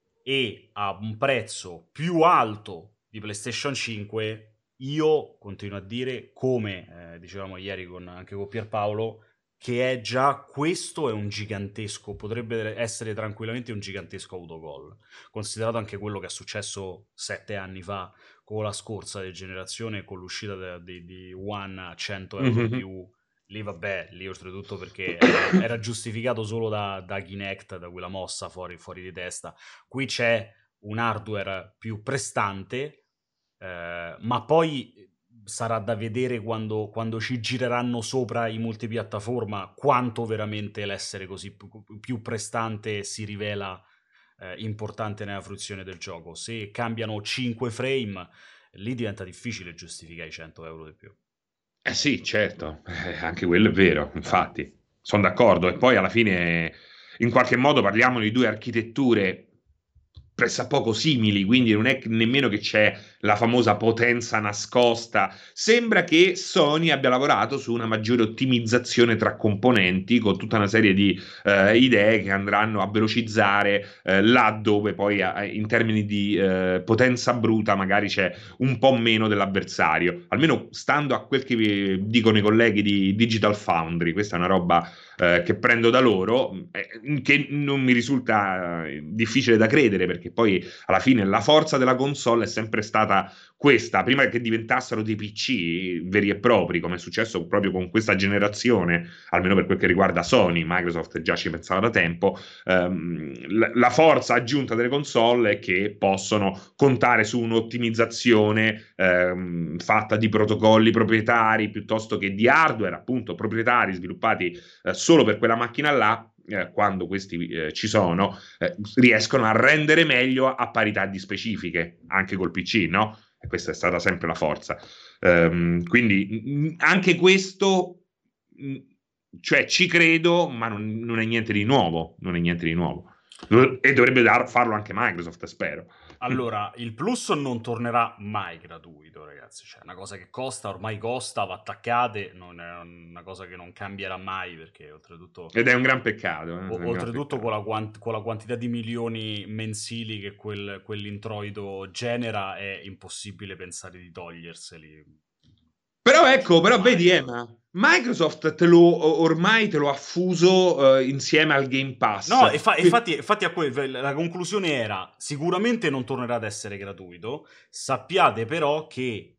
e a un prezzo più alto di PlayStation 5, io continuo a dire, come dicevamo ieri anche con Pierpaolo, che è già questo è un gigantesco, potrebbe essere tranquillamente un gigantesco autogol, considerato anche quello che è successo 7 anni fa con la scorsa generazione, con l'uscita di One a 100 euro Mhm. più. Lì vabbè, lì oltretutto perché era giustificato solo da Kinect, da quella mossa fuori di testa. Qui c'è un hardware più prestante, ma poi sarà da vedere quando ci gireranno sopra i multipiattaforma quanto veramente l'essere così più prestante si rivela importante nella fruizione del gioco. Se cambiano 5 frame, lì diventa difficile giustificare i 100 euro di più. Eh sì, certo, anche quello è vero, infatti, sono d'accordo. E poi alla fine, in qualche modo, parliamo di due architetture pressappoco simili, quindi non è nemmeno che c'è la famosa potenza nascosta. Sembra che Sony abbia lavorato su una maggiore ottimizzazione tra componenti, con tutta una serie di idee che andranno a velocizzare là dove poi in termini di potenza bruta magari c'è un po' meno dell'avversario, almeno stando a quel che dicono i colleghi di Digital Foundry. Questa è una roba che prendo da loro, che non mi risulta difficile da credere, perché poi alla fine la forza della console è sempre stata questa, prima che diventassero dei PC veri e propri, come è successo proprio con questa generazione, almeno per quel che riguarda Sony. Microsoft già ci pensava da tempo. La forza aggiunta delle console è che possono contare su un'ottimizzazione fatta di protocolli proprietari piuttosto che di hardware appunto proprietari sviluppati solo per quella macchina là, quando questi ci sono, riescono a rendere meglio a parità di specifiche, anche col PC, no? E questa è stata sempre la forza. Quindi anche questo, cioè ci credo, ma non è niente di nuovo, non è niente di nuovo. E dovrebbe farlo anche Microsoft, spero. Allora, il Plus non tornerà mai gratuito, ragazzi. Cioè, è una cosa che costa, ormai costa, va attaccate, non è una cosa che non cambierà mai, perché oltretutto, Ed è un gran peccato, è un gran oltretutto con peccato. con la quantità di milioni mensili che quell'introito genera, è impossibile pensare di toglierseli. Però Non ecco, succederà però vedi mai. Emma, Microsoft ormai te lo ha fuso insieme al Game No, Pass. infatti la conclusione era sicuramente non tornerà ad essere gratuito. Sappiate però che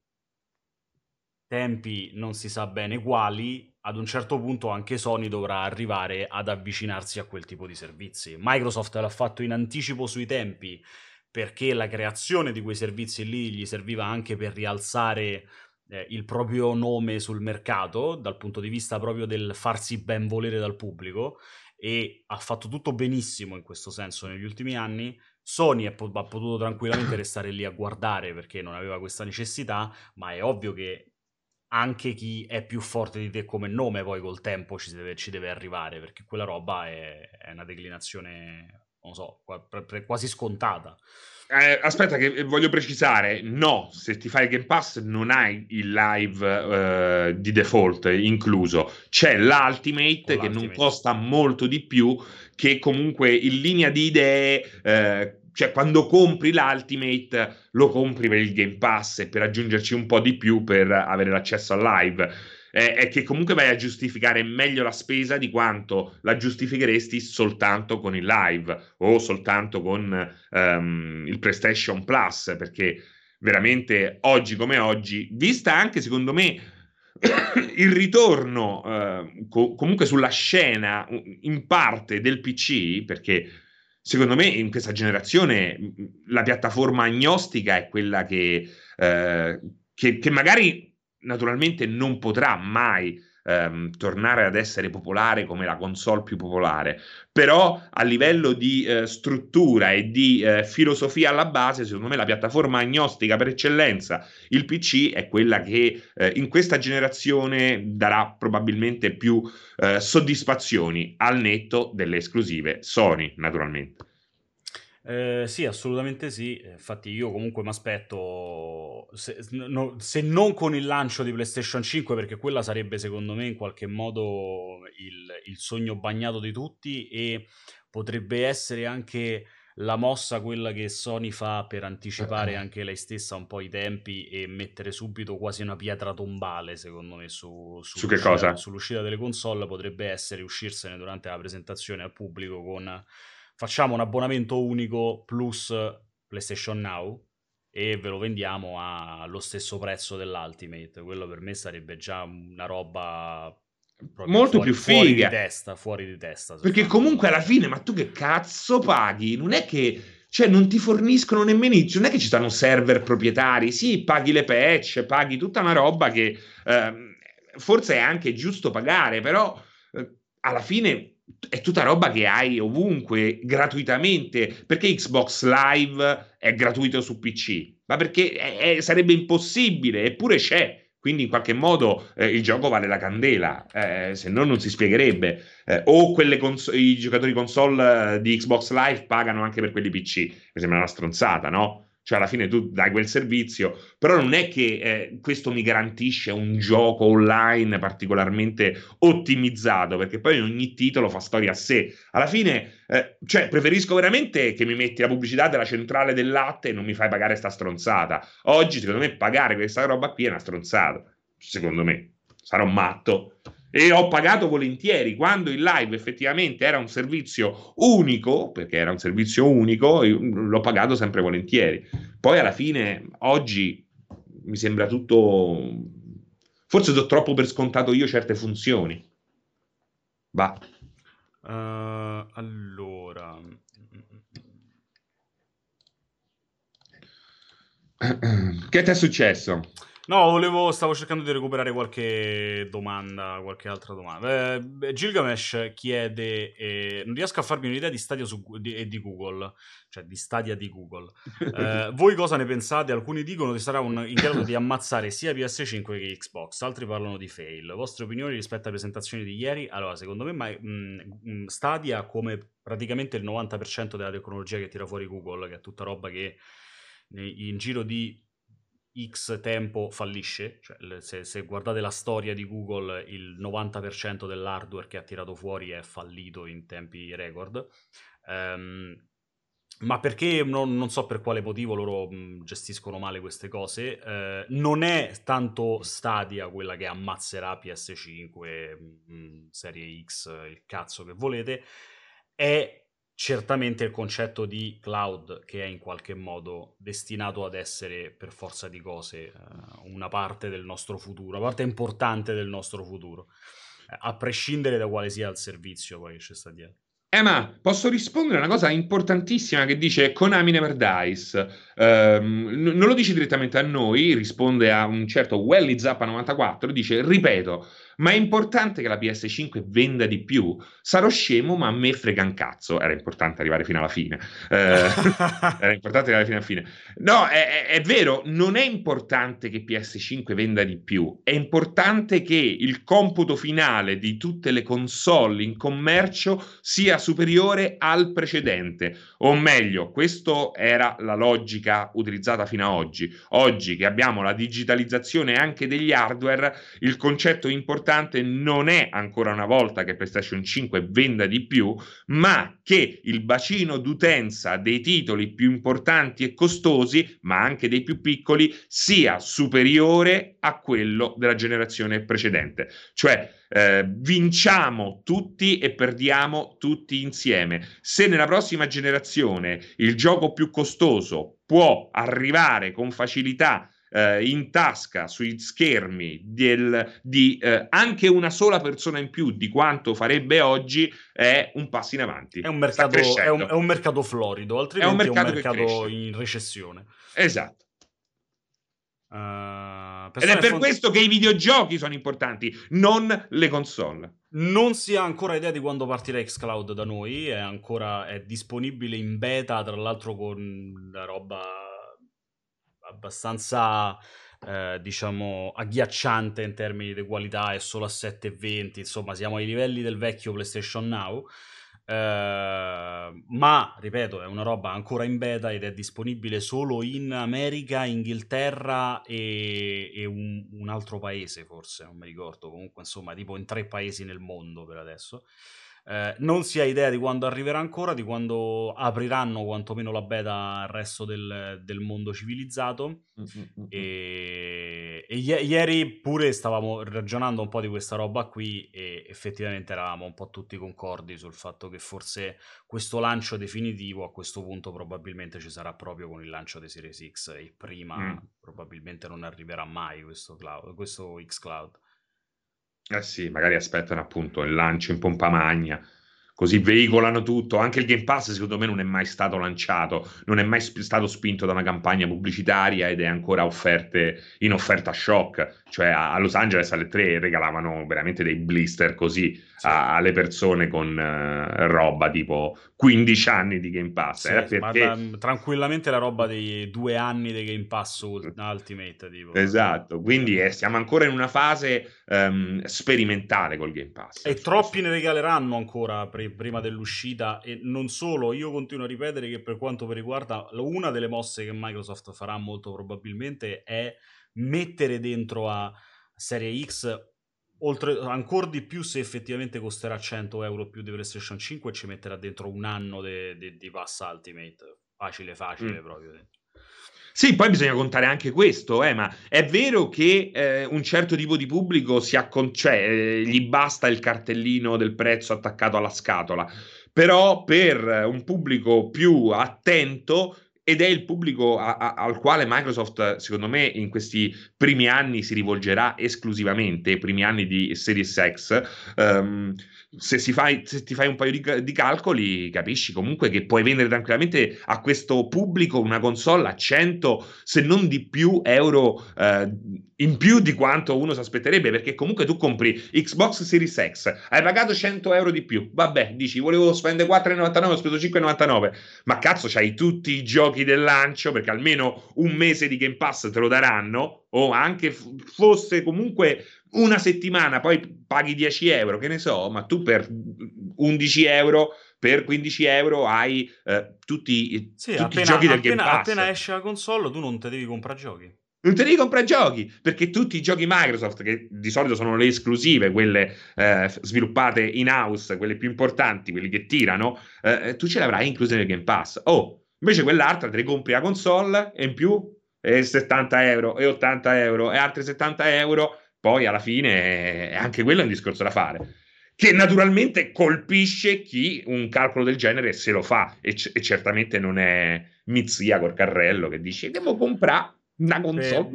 tempi non si sa bene quali, ad un certo punto anche Sony dovrà arrivare ad avvicinarsi a quel tipo di servizi. Microsoft l'ha fatto in anticipo sui tempi perché la creazione di quei servizi lì gli serviva anche per rialzare il proprio nome sul mercato, dal punto di vista proprio del farsi ben volere dal pubblico, e ha fatto tutto benissimo in questo senso negli ultimi anni. Sony ha potuto tranquillamente restare lì a guardare perché non aveva questa necessità, ma è ovvio che anche chi è più forte di te come nome poi col tempo ci deve arrivare, perché quella roba è una declinazione, non so, quasi scontata. Aspetta, che voglio precisare: no, se ti fai il Game Pass non hai il live di default incluso, c'è Con l'Ultimate che non l'Ultimate. costa molto di più, che comunque in linea di idee cioè quando compri l'Ultimate lo compri per il Game Pass e per aggiungerci un po' di più per avere l'accesso al live. È che comunque vai a giustificare meglio la spesa di quanto la giustificheresti soltanto con il live o soltanto con il PlayStation Plus, perché veramente oggi come oggi, vista anche secondo me il ritorno comunque sulla scena in parte del PC, perché secondo me in questa generazione la piattaforma agnostica è quella che magari naturalmente non potrà mai tornare ad essere popolare come la console più popolare, però a livello di struttura e di filosofia alla base, secondo me la piattaforma agnostica per eccellenza, il PC, è quella che in questa generazione darà probabilmente più soddisfazioni al netto delle esclusive Sony, naturalmente. Sì, assolutamente sì. Infatti, io comunque mi aspetto, se non con il lancio di PlayStation 5, perché quella sarebbe secondo me in qualche modo il sogno bagnato di tutti, e potrebbe essere anche la mossa quella che Sony fa per anticipare anche lei stessa un po' i tempi e mettere subito quasi una pietra tombale, secondo me, Su che cosa? sull'uscita delle console. Potrebbe essere uscirsene durante la presentazione al pubblico con: facciamo un abbonamento unico plus PlayStation Now e ve lo vendiamo allo stesso prezzo dell'Ultimate. Quello per me sarebbe già una roba proprio Molto più fuori di figa. testa, fuori di testa se Perché fanno quella comunque alla cosa. fine, ma tu che cazzo paghi? Non è che, cioè, non ti forniscono nemmeno, non è che ci stanno server proprietari, sì, paghi le patch, paghi tutta una roba che forse è anche giusto pagare, però alla fine è tutta roba che hai ovunque, gratuitamente, perché Xbox Live è gratuito su PC? Ma perché sarebbe impossibile, eppure c'è. Quindi in qualche modo il gioco vale la candela, se no non si spiegherebbe. O i giocatori console di Xbox Live pagano anche per quelli PC. Mi sembra una stronzata, no? Cioè alla fine tu dai quel servizio, però non è che questo mi garantisce un gioco online particolarmente ottimizzato, perché poi ogni titolo fa storia a sé. Alla fine, cioè, preferisco veramente che mi metti la pubblicità della centrale del latte e non mi fai pagare sta stronzata. Oggi, secondo me, pagare questa roba qui è una stronzata. Secondo me, sarò matto. E ho pagato volentieri quando il live effettivamente era un servizio unico, perché era un servizio unico, l'ho pagato sempre volentieri. Poi alla fine, oggi mi sembra tutto. Forse do troppo per scontato io certe funzioni. Va. Allora, Che ti è successo? no, stavo cercando di recuperare qualche domanda, qualche altra domanda. Gilgamesh chiede: non riesco a farmi un'idea di Stadia e di Google, cioè di Stadia di Google. Voi cosa ne pensate? Alcuni dicono che sarà in grado di ammazzare sia PS5 che Xbox, altri parlano di fail. Vostre opinioni rispetto alle presentazioni di ieri? Allora, secondo me Stadia, come praticamente il 90% della tecnologia che tira fuori Google, che è tutta roba che in giro di X tempo fallisce, cioè se guardate la storia di Google, il 90% dell'hardware che ha tirato fuori è fallito in tempi record. Ma perché non so per quale motivo loro gestiscono male queste cose. Non è tanto Stadia quella che ammazzerà PS5, Serie X, il cazzo che volete, è certamente il concetto di cloud, che è in qualche modo destinato ad essere, per forza di cose, una parte del nostro futuro, una parte importante del nostro futuro, a prescindere da quale sia il servizio poi che ci sta dietro. Ma posso rispondere a una cosa importantissima che dice Konami Never Dies. Non lo dice direttamente a noi, risponde a un certo Welly Zappa 94, dice, ripeto, ma è importante che la PS5 venda di più. Sarò scemo, ma a me frega un cazzo. Era importante arrivare fino alla fine. Era importante arrivare fino alla fine. No, è vero, non è importante che PS5 venda di più, è importante che il computo finale di tutte le console in commercio sia superiore al precedente, o meglio, questa era la logica utilizzata fino ad oggi. Oggi che abbiamo la digitalizzazione anche degli hardware, il concetto importante non è ancora una volta che PlayStation 5 venda di più, ma che il bacino d'utenza dei titoli più importanti e costosi, ma anche dei più piccoli, sia superiore a quello della generazione precedente. Cioè, vinciamo tutti e perdiamo tutti insieme. Se nella prossima generazione il gioco più costoso può arrivare con facilità in tasca sui schermi di anche una sola persona in più di quanto farebbe oggi, è un passo in avanti. È un Sta mercato, crescendo. è un mercato florido, È un altrimenti è un mercato che mercato cresce. in recessione. Esatto. Ed è Persone per questo che i videogiochi sono importanti, non le console. Non si ha ancora idea di quando partirà xCloud da noi, è disponibile in beta, tra l'altro con la roba abbastanza, diciamo, agghiacciante in termini di qualità, è solo a 720, insomma siamo ai livelli del vecchio PlayStation Now. Ma ripeto, è una roba ancora in beta ed è disponibile solo in America, Inghilterra e un altro paese, forse non mi ricordo, comunque insomma tipo in 3 paesi nel mondo per adesso. Non si ha idea di quando arriverà ancora, di quando apriranno quantomeno la beta al resto del mondo civilizzato. E ieri pure stavamo ragionando un po' di questa roba qui e effettivamente eravamo un po' tutti concordi sul fatto che forse questo lancio definitivo a questo punto probabilmente ci sarà proprio con il lancio dei Series X e prima probabilmente non arriverà mai questo xCloud. Eh sì, magari aspettano appunto il lancio in pompa magna, così veicolano tutto. Anche il Game Pass, secondo me, non è mai stato lanciato, non è mai stato spinto da una campagna pubblicitaria ed è ancora in offerta shock. Cioè a Los Angeles alle 3 regalavano veramente dei blister così Sì. alle persone con roba tipo 15 anni di Game Pass. Sì, Era perché... tranquillamente la roba dei 2 anni dei Game Pass Ultimate, tipo. Esatto, quindi siamo ancora in una fase sperimentale col Game Pass. E troppi ne regaleranno ancora prima dell'uscita e non solo, io continuo a ripetere che per quanto mi riguarda una delle mosse che Microsoft farà molto probabilmente è mettere dentro a Serie X ancora di più se effettivamente costerà 100 euro più di PlayStation 5 e ci metterà dentro un anno di Pass Ultimate, facile proprio. Sì, poi bisogna contare anche questo, ma è vero che un certo tipo di pubblico gli basta il cartellino del prezzo attaccato alla scatola, però per un pubblico più attento, ed è il pubblico al quale Microsoft, secondo me, in questi primi anni si rivolgerà esclusivamente, i primi anni di Series X, se ti fai un paio di calcoli, capisci comunque che puoi vendere tranquillamente a questo pubblico una console a 100, se non di più, euro in più di quanto uno si aspetterebbe, perché comunque tu compri Xbox Series X, hai pagato 100 euro di più, vabbè, dici volevo spendere 4,99, ho speso 5,99, ma cazzo c'hai tutti i giochi del lancio, perché almeno un mese di Game Pass te lo daranno, o anche fosse comunque una settimana, poi paghi 10 euro, che ne so, ma tu per 11 euro, per 15 euro hai tutti i giochi del Game Pass. Appena esce la console tu non te devi comprare giochi. Non te devi comprare giochi, perché tutti i giochi Microsoft, che di solito sono le esclusive, quelle sviluppate in-house, quelle più importanti, quelli che tirano, tu ce le avrai incluse nel Game Pass. Invece quell'altra te le compri la console e in più 70 euro e 80 euro e altri 70 euro, poi alla fine anche quello è un discorso da fare. Che naturalmente colpisce chi un calcolo del genere se lo fa, e certamente non è Mizia col carrello che dice devo comprare una console.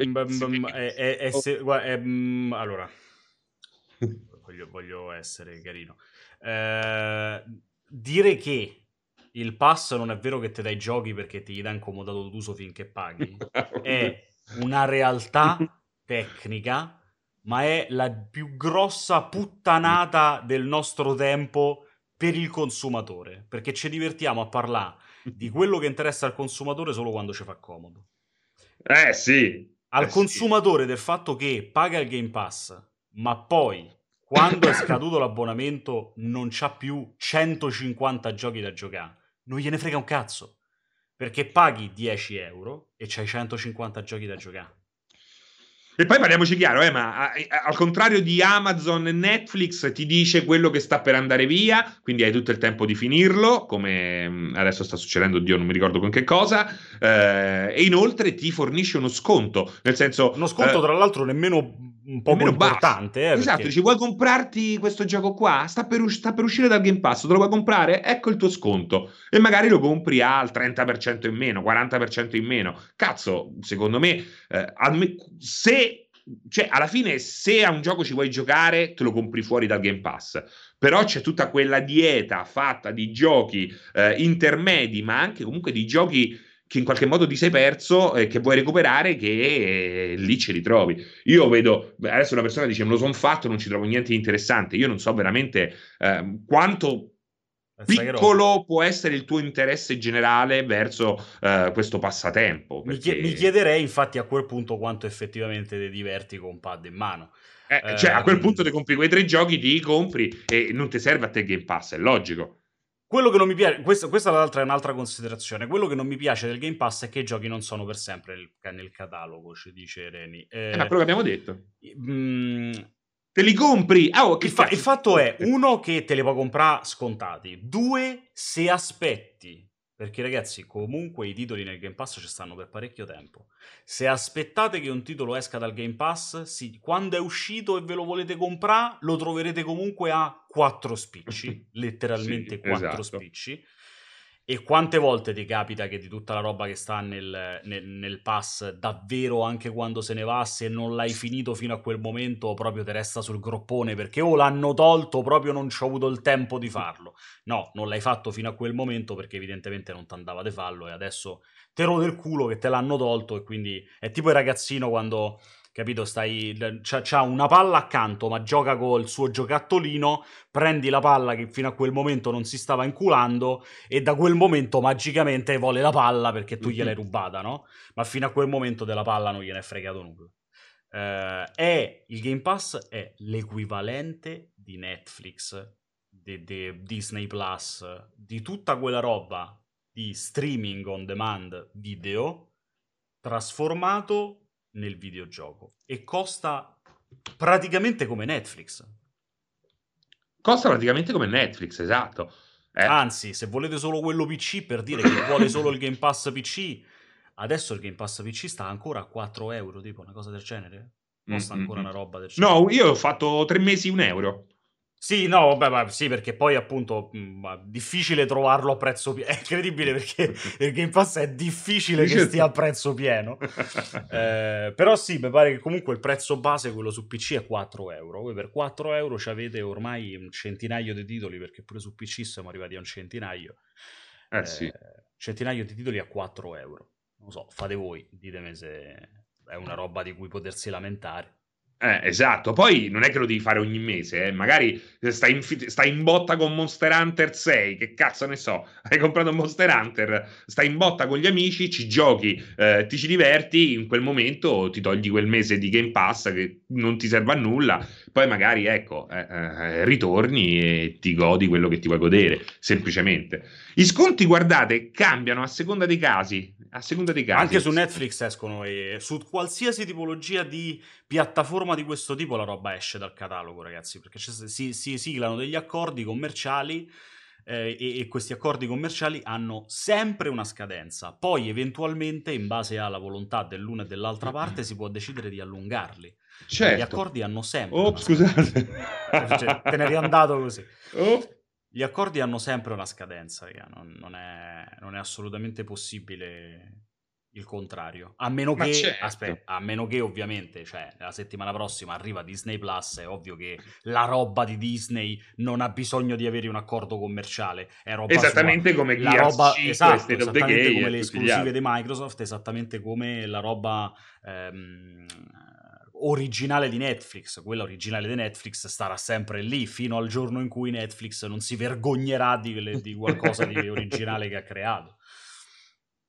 Allora, voglio essere carino. Dire che il pass non è vero che ti dai giochi perché ti dà incomodato d'uso finché paghi è una realtà tecnica, ma è la più grossa puttanata del nostro tempo per il consumatore, perché ci divertiamo a parlare di quello che interessa al consumatore solo quando ci fa comodo. Sì. Al consumatore del fatto che paga il Game Pass, ma poi quando è scaduto l'abbonamento non c'ha più 150 giochi da giocare, non gliene frega un cazzo, perché paghi 10 euro e c'hai 150 giochi da giocare. E poi parliamoci chiaro, ma al contrario di Amazon e Netflix ti dice quello che sta per andare via, quindi hai tutto il tempo di finirlo, come adesso sta succedendo, Dio non mi ricordo con che cosa, e inoltre ti fornisce uno sconto, nel senso... Uno sconto tra l'altro nemmeno un poco nemmeno basso. importante, Esatto, perché dici, vuoi comprarti questo gioco qua? Sta per uscire dal Game Pass, te lo vuoi comprare? Ecco il tuo sconto. E magari lo compri al 30% in meno, 40% in meno. Cazzo, secondo me, se, cioè, alla fine, se a un gioco ci vuoi giocare, te lo compri fuori dal Game Pass. Però c'è tutta quella dieta fatta di giochi intermedi, ma anche comunque di giochi che in qualche modo ti sei perso e che vuoi recuperare, che lì ci ritrovi. Io vedo, adesso una persona dice me lo sono fatto, non ci trovo niente di interessante. Io non so veramente quanto sai che roba. piccolo può essere il tuo interesse generale verso questo passatempo, Mi perché chiederei infatti a quel punto quanto effettivamente ti diverti con un pad in mano. cioè, a quel Ehm, punto ti compri quei 3 giochi, ti compri e non ti serve a te il Game Pass, è logico. Quello che non mi piace, questa tra l'altro è un'altra considerazione. Quello che non mi piace del Game Pass è che i giochi non sono per sempre nel catalogo, ci dice Reni. Ma quello che abbiamo detto. Mm, Te li compri? Ah, oh, che il cazzo ti fatto è, compri? uno, che te li puoi comprare scontati. Due, se aspetti. Perché ragazzi, comunque i titoli nel Game Pass ci stanno per parecchio tempo. Se aspettate che un titolo esca dal Game Pass, sì, quando è uscito e ve lo volete comprare, lo troverete comunque a 4 spicci, Sì, letteralmente 4 esatto. spicci. E quante volte ti capita che di tutta la roba che sta nel pass, davvero anche quando se ne va, se non l'hai finito fino a quel momento, proprio ti resta sul groppone perché o l'hanno tolto, proprio non ci ho avuto il tempo di farlo. No, non l'hai fatto fino a quel momento perché evidentemente non ti andava di farlo e adesso te rode il culo che te l'hanno tolto e quindi è tipo il ragazzino quando, capito, c'ha una palla accanto ma gioca col suo giocattolino, prendi la palla che fino a quel momento non si stava inculando e da quel momento magicamente vuole la palla perché tu gliel'hai rubata, no? Ma fino a quel momento della palla non gliene è fregato nulla. Il Game Pass è l'equivalente di Netflix, di Disney Plus, di tutta quella roba di streaming on demand video trasformato nel videogioco e costa praticamente come Netflix. Costa praticamente come Netflix, esatto. Eh. Anzi, se volete solo quello PC, per dire chi vuole solo il Game Pass PC, adesso il Game Pass PC sta ancora a 4 euro, tipo una cosa del genere. Mm, Costa mm, ancora mm. una roba del genere. No, io ho fatto 3 mesi 1 euro. Sì, no, vabbè, ma sì, perché poi appunto difficile trovarlo a prezzo pieno. È incredibile perché il Game Pass è difficile che stia a prezzo pieno. Però sì, mi pare che comunque il prezzo base, quello su PC, è 4 euro. Voi per 4 euro ci avete ormai un centinaio di titoli, perché pure su PC siamo arrivati a un centinaio. Sì. Centinaio di titoli a 4 euro. Non so, fate voi, ditemi se è una roba di cui potersi lamentare. Esatto, poi non è che lo devi fare ogni mese, magari stai in botta con Monster Hunter 6, che cazzo ne so, hai comprato Monster Hunter, stai in botta con gli amici, ci giochi, ti ci diverti, in quel momento ti togli quel mese di Game Pass che non ti serve a nulla, poi magari ecco, ritorni e ti godi quello che ti vuoi godere, semplicemente. I sconti, guardate, cambiano a seconda dei Ma anche casi. su Netflix escono e su qualsiasi tipologia di piattaforma di questo tipo la roba esce dal catalogo, ragazzi, perché si siglano degli accordi commerciali e questi accordi commerciali hanno sempre una scadenza. Poi eventualmente, in base alla volontà dell'una e dell'altra parte, si può decidere di allungarli. Ma gli Certo. accordi hanno sempre Oh, una scadenza. scusate. Cioè, te ne eri andato così. Oh. Gli accordi hanno sempre una scadenza, raga. Non è assolutamente possibile il contrario. A meno Ma che, certo. aspetta, a meno che ovviamente, cioè, la settimana prossima arriva Disney Plus, è ovvio che la roba di Disney non ha bisogno di avere un accordo commerciale, è roba sua. Esattamente come La Gears roba, 5, esatto, State of the esattamente Gay come e le tutti gli esclusive altri. di Microsoft, esattamente come la roba ehm, originale di Netflix. Quella originale di Netflix starà sempre lì fino al giorno in cui Netflix non si vergognerà di qualcosa di originale che ha creato.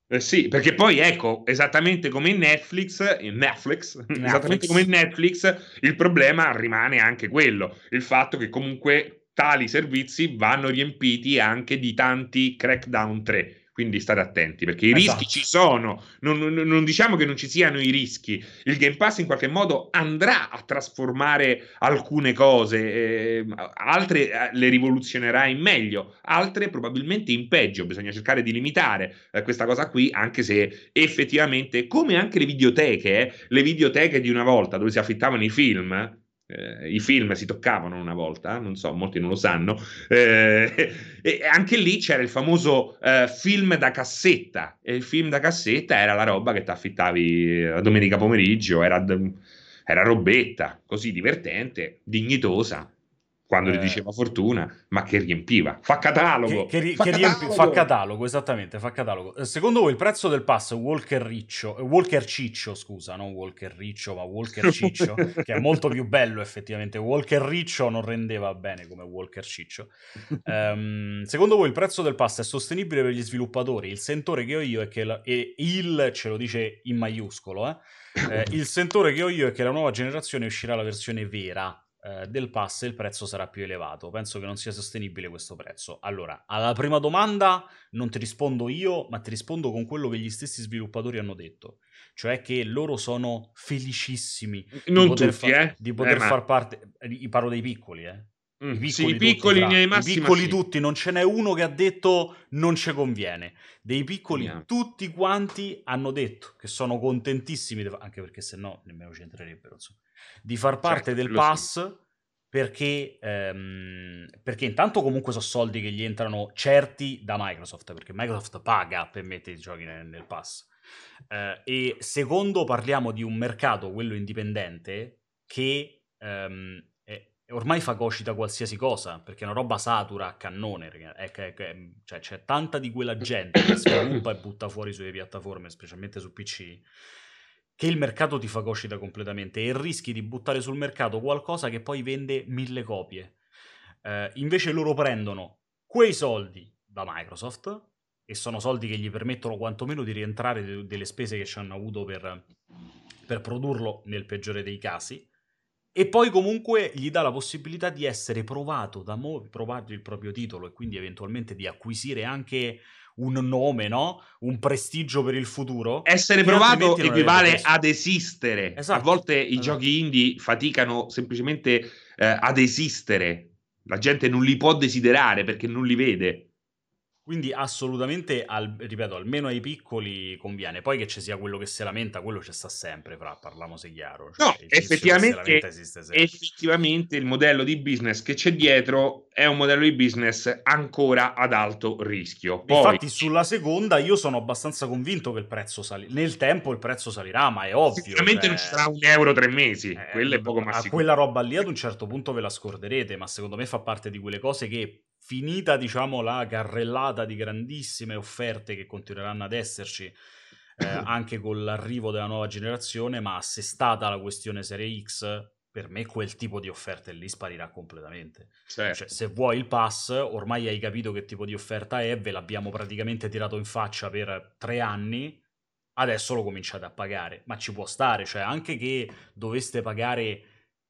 Sì, perché poi ecco, esattamente come in esattamente come in Netflix. Netflix, il problema rimane anche quello, il fatto che comunque tali servizi vanno riempiti anche di tanti Crackdown 3. Quindi state attenti perché i rischi Esatto. ci sono, non diciamo che non ci siano i rischi. Il Game Pass in qualche modo andrà a trasformare alcune cose, altre le rivoluzionerà in meglio, altre probabilmente in peggio. Bisogna cercare di limitare questa cosa qui, anche se effettivamente, come anche le videoteche di una volta dove si affittavano i film si toccavano una volta, non so, molti non lo sanno, e anche lì c'era il famoso film da cassetta, e il film da cassetta era la roba che ti affittavi la domenica pomeriggio, era robetta, così divertente, dignitosa, quando le Eh, diceva Fortuna, ma che riempiva. Fa catalogo! Fa fa catalogo! catalogo, esattamente, fa catalogo. Secondo voi il prezzo del pass Walker Ciccio, scusa, non Walker Riccio, ma Walker Ciccio, che è molto più bello effettivamente. Walker Riccio non rendeva bene come Walker Ciccio. Secondo voi il prezzo del pass è sostenibile per gli sviluppatori? Il sentore che ho io è che ce lo dice in maiuscolo, il sentore che ho io è che la nuova generazione uscirà la versione vera del pass e il prezzo sarà più elevato. Penso che non sia sostenibile questo prezzo. Allora, alla prima domanda non ti rispondo io, ma ti rispondo con quello che gli stessi sviluppatori hanno detto. Cioè che loro sono felicissimi di Non poter, tutti, di poter ma far parte... Parlo dei piccoli, I sì, i piccoli tutti, piccoli in linea fra. di I massima piccoli sì. tutti, non ce n'è uno che ha detto non ci conviene. Dei piccoli Vediamo. tutti quanti hanno detto che sono contentissimi, anche perché se no nemmeno ci entrerebbero, insomma, di far parte Certo, del quello sì. pass perché intanto comunque sono soldi che gli entrano certi da Microsoft, perché Microsoft paga per mettere i giochi nel pass. E secondo parliamo di un mercato, quello indipendente, che ormai fagocita qualsiasi cosa, perché è una roba satura a cannone, cioè c'è tanta di quella gente che sviluppa e butta fuori sulle piattaforme, specialmente su PC, che il mercato ti fagocita completamente e rischi di buttare sul mercato qualcosa che poi vende 1000 copie. Invece loro prendono quei soldi da Microsoft, e sono soldi che gli permettono quantomeno di rientrare delle spese che ci hanno avuto per produrlo nel peggiore dei casi, e poi comunque gli dà la possibilità di essere provato provare il proprio titolo e quindi eventualmente di acquisire anche un nome, no? Un prestigio per il futuro Essere che provato altrimenti non avrebbe equivale preso. ad esistere. A Esatto, volte i esatto. giochi indie faticano semplicemente ad esistere. La gente non li può desiderare perché non li vede. Quindi assolutamente, ripeto, almeno ai piccoli conviene. Poi che ci sia quello che si lamenta, quello ci sta sempre, parliamose chiaro. No, Cioè, il tizio che si lamenta effettivamente, esiste sempre. effettivamente il modello di business che c'è dietro è un modello di business ancora ad alto rischio. Poi, Infatti sulla seconda io sono abbastanza convinto che il prezzo salirà. Nel tempo il prezzo salirà, ma è ovvio, sicuramente non ci cioè... sarà 1 euro 3 mesi, quello è poco ma a sicuro. quella roba lì ad un certo punto ve la scorderete, ma secondo me fa parte di quelle cose che, finita diciamo la carrellata di grandissime offerte che continueranno ad esserci, anche con l'arrivo della nuova generazione, ma assestata la questione Serie X, per me quel tipo di offerte lì sparirà completamente. Cioè, Certo. se vuoi il pass, ormai hai capito che tipo di offerta è, ve l'abbiamo praticamente tirato in faccia per 3 anni, adesso lo cominciate a pagare. Ma ci può stare, cioè anche che doveste pagare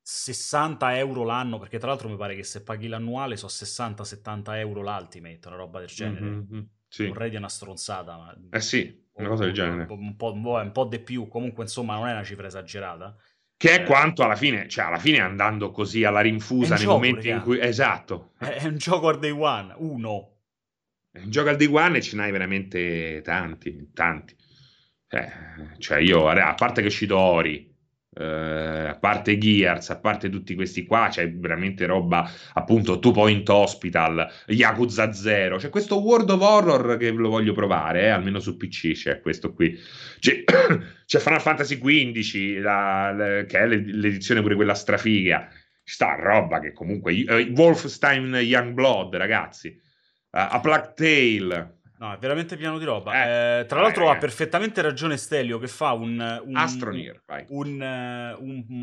60 euro l'anno, perché tra l'altro mi pare che se paghi l'annuale so 60-70 euro l'Ultimate, una roba del genere. Mhm, sì. Vorrei di una stronzata, ma... Eh sì, una cosa del genere. un po' di più, comunque insomma non è una cifra esagerata. Che è Eh, quanto alla fine, cioè alla fine andando così alla è un rinfusa nei gioco, momenti in regà. cui, esatto, È un gioco al day one, uno. gioca al Day One e ce n'hai veramente tanti, tanti. Cioè io, a parte che è uscito Ori, a parte Gears, a parte tutti questi qua, c'è veramente roba, appunto, Two Point Hospital, Yakuza 0, c'è questo World of Horror che lo voglio provare, almeno su PC c'è questo qui. C'è, c'è Final Fantasy XV, che è l'edizione pure quella strafiga. Ci sta roba che comunque... Wolfenstein Youngblood, ragazzi. A Plague Tale. No, è veramente pieno di roba. Eh, Tra dai, l'altro ha ragazzi. perfettamente ragione Stelio che fa Astroneer, vai.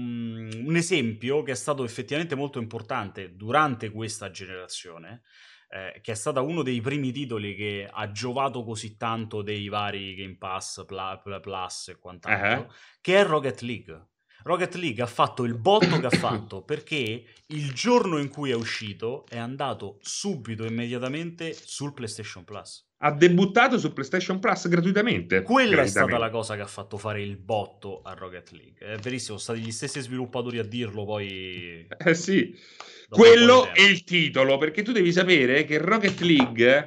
un esempio che è stato effettivamente molto importante durante questa generazione, che è stata uno dei primi titoli che ha giovato così tanto dei vari Game Pass, Plus e quant'altro, che è Rocket League. Rocket League ha fatto il botto che ha fatto perché il giorno in cui è uscito è andato subito, immediatamente sul PlayStation Plus. Ha debuttato su PlayStation Plus gratuitamente. Quella è stata la cosa che ha fatto fare il botto a Rocket League. È verissimo, sono stati gli stessi sviluppatori a dirlo poi. Sì, Dopo un po' di quello è tempo. il titolo, perché tu devi sapere che Rocket League,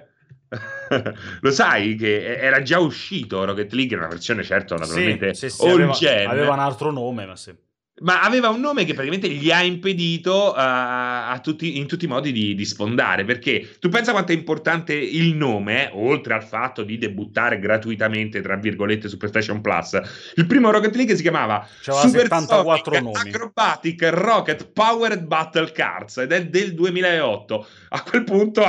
lo sai che era già uscito Rocket League, una versione certo Sì, naturalmente sì, all aveva un gen, altro nome, ma sì. ma aveva un nome che praticamente gli ha impedito in tutti i modi di sfondare, perché tu pensa quanto è importante il nome, oltre al fatto di debuttare gratuitamente, tra virgolette, su PlayStation Plus. Il primo Rocket League si chiamava C'aveva 74 Supersonic nomi. Acrobatic Rocket Powered Battle Cards ed è del 2008. A quel punto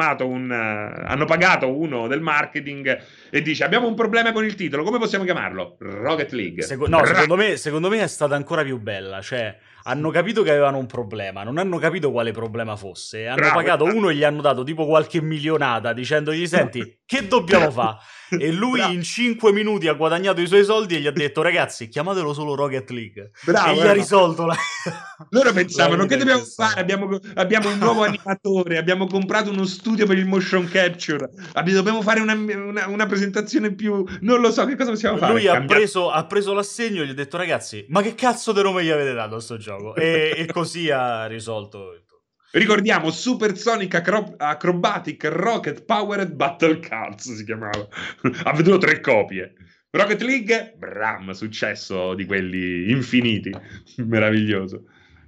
hanno pagato uno del marketing e dice abbiamo un problema con il titolo, come possiamo chiamarlo? Rocket League. No, secondo me è stata ancora più bella. Cioè, hanno capito che avevano un problema, non hanno capito quale problema fosse. Hanno Bravo, pagato esatto. uno e gli hanno dato tipo qualche milionata dicendogli: Senti, che dobbiamo fare? E lui Bravo, in 5 minuti ha guadagnato i suoi soldi e gli ha detto: Ragazzi, chiamatelo solo Rocket League. E bravo, gli ha risolto loro la pensavano che vita in dobbiamo questa. fare? Abbiamo un nuovo animatore, abbiamo comprato uno studio per il motion capture, dobbiamo fare una presentazione più. Non lo so che cosa possiamo fare. Lui Cambiare. ha preso l'assegno e gli ha detto: Ragazzi, ma che cazzo di nome gli avete dato a sto gioco? E così ha risolto il tutto. Ricordiamo Supersonic Acrobatic Rocket Powered Battle Cards si chiamava. Ha venduto 3 copie. Rocket League, bram, successo di quelli infiniti. Meraviglioso.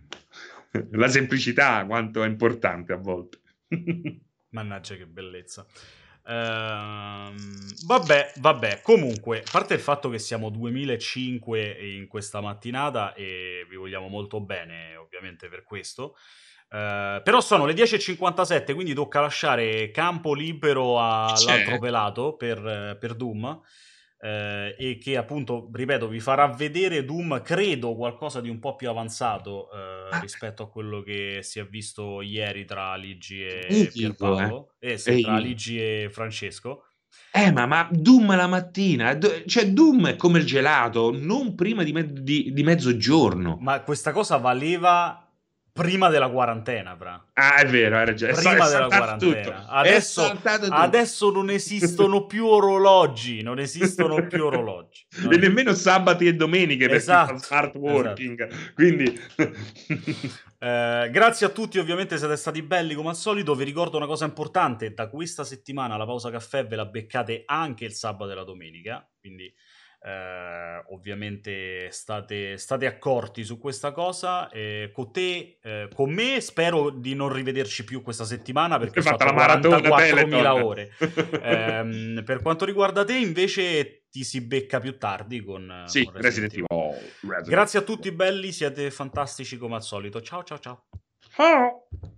La semplicità, quanto è importante a volte. Mannaggia che bellezza. Vabbè, comunque, a parte il fatto che siamo 2005 in questa mattinata e vi vogliamo molto bene, ovviamente, per questo. Però sono le 10:57, quindi tocca lasciare campo libero all'altro C'è. pelato per Doom. E che appunto, ripeto, vi farà vedere Doom, credo, qualcosa di un po' più avanzato rispetto a quello che si è visto ieri tra Ligi Io e dico, Pierpaolo, sì, tra ehi, Ligi e Francesco. ma Doom la mattina, cioè Doom è come il gelato, non prima di mezzogiorno. Ma questa cosa valeva prima della quarantena, Bra. Ah, è vero, hai ragione, è Prima della saltato tutto, quarantena. è saltato tutto. Adesso non esistono più orologi, non esistono più orologi. E nemmeno sabati e domeniche per chi fa Esatto, smart esatto. working, quindi. Grazie a tutti, ovviamente siete stati belli come al solito. Vi ricordo una cosa importante: da questa settimana la pausa caffè ve la beccate anche il sabato e la domenica, quindi ovviamente state accorti su questa cosa. Con me spero di non rivederci più questa settimana perché Hai ho fatto fatto la maratona 44.000 Teleton. ore. Per quanto riguarda te, invece, ti si becca più tardi Sì, con Resident Resident Evil. Evil. Grazie a tutti belli, siete fantastici come al solito. Ciao ciao ciao. Oh.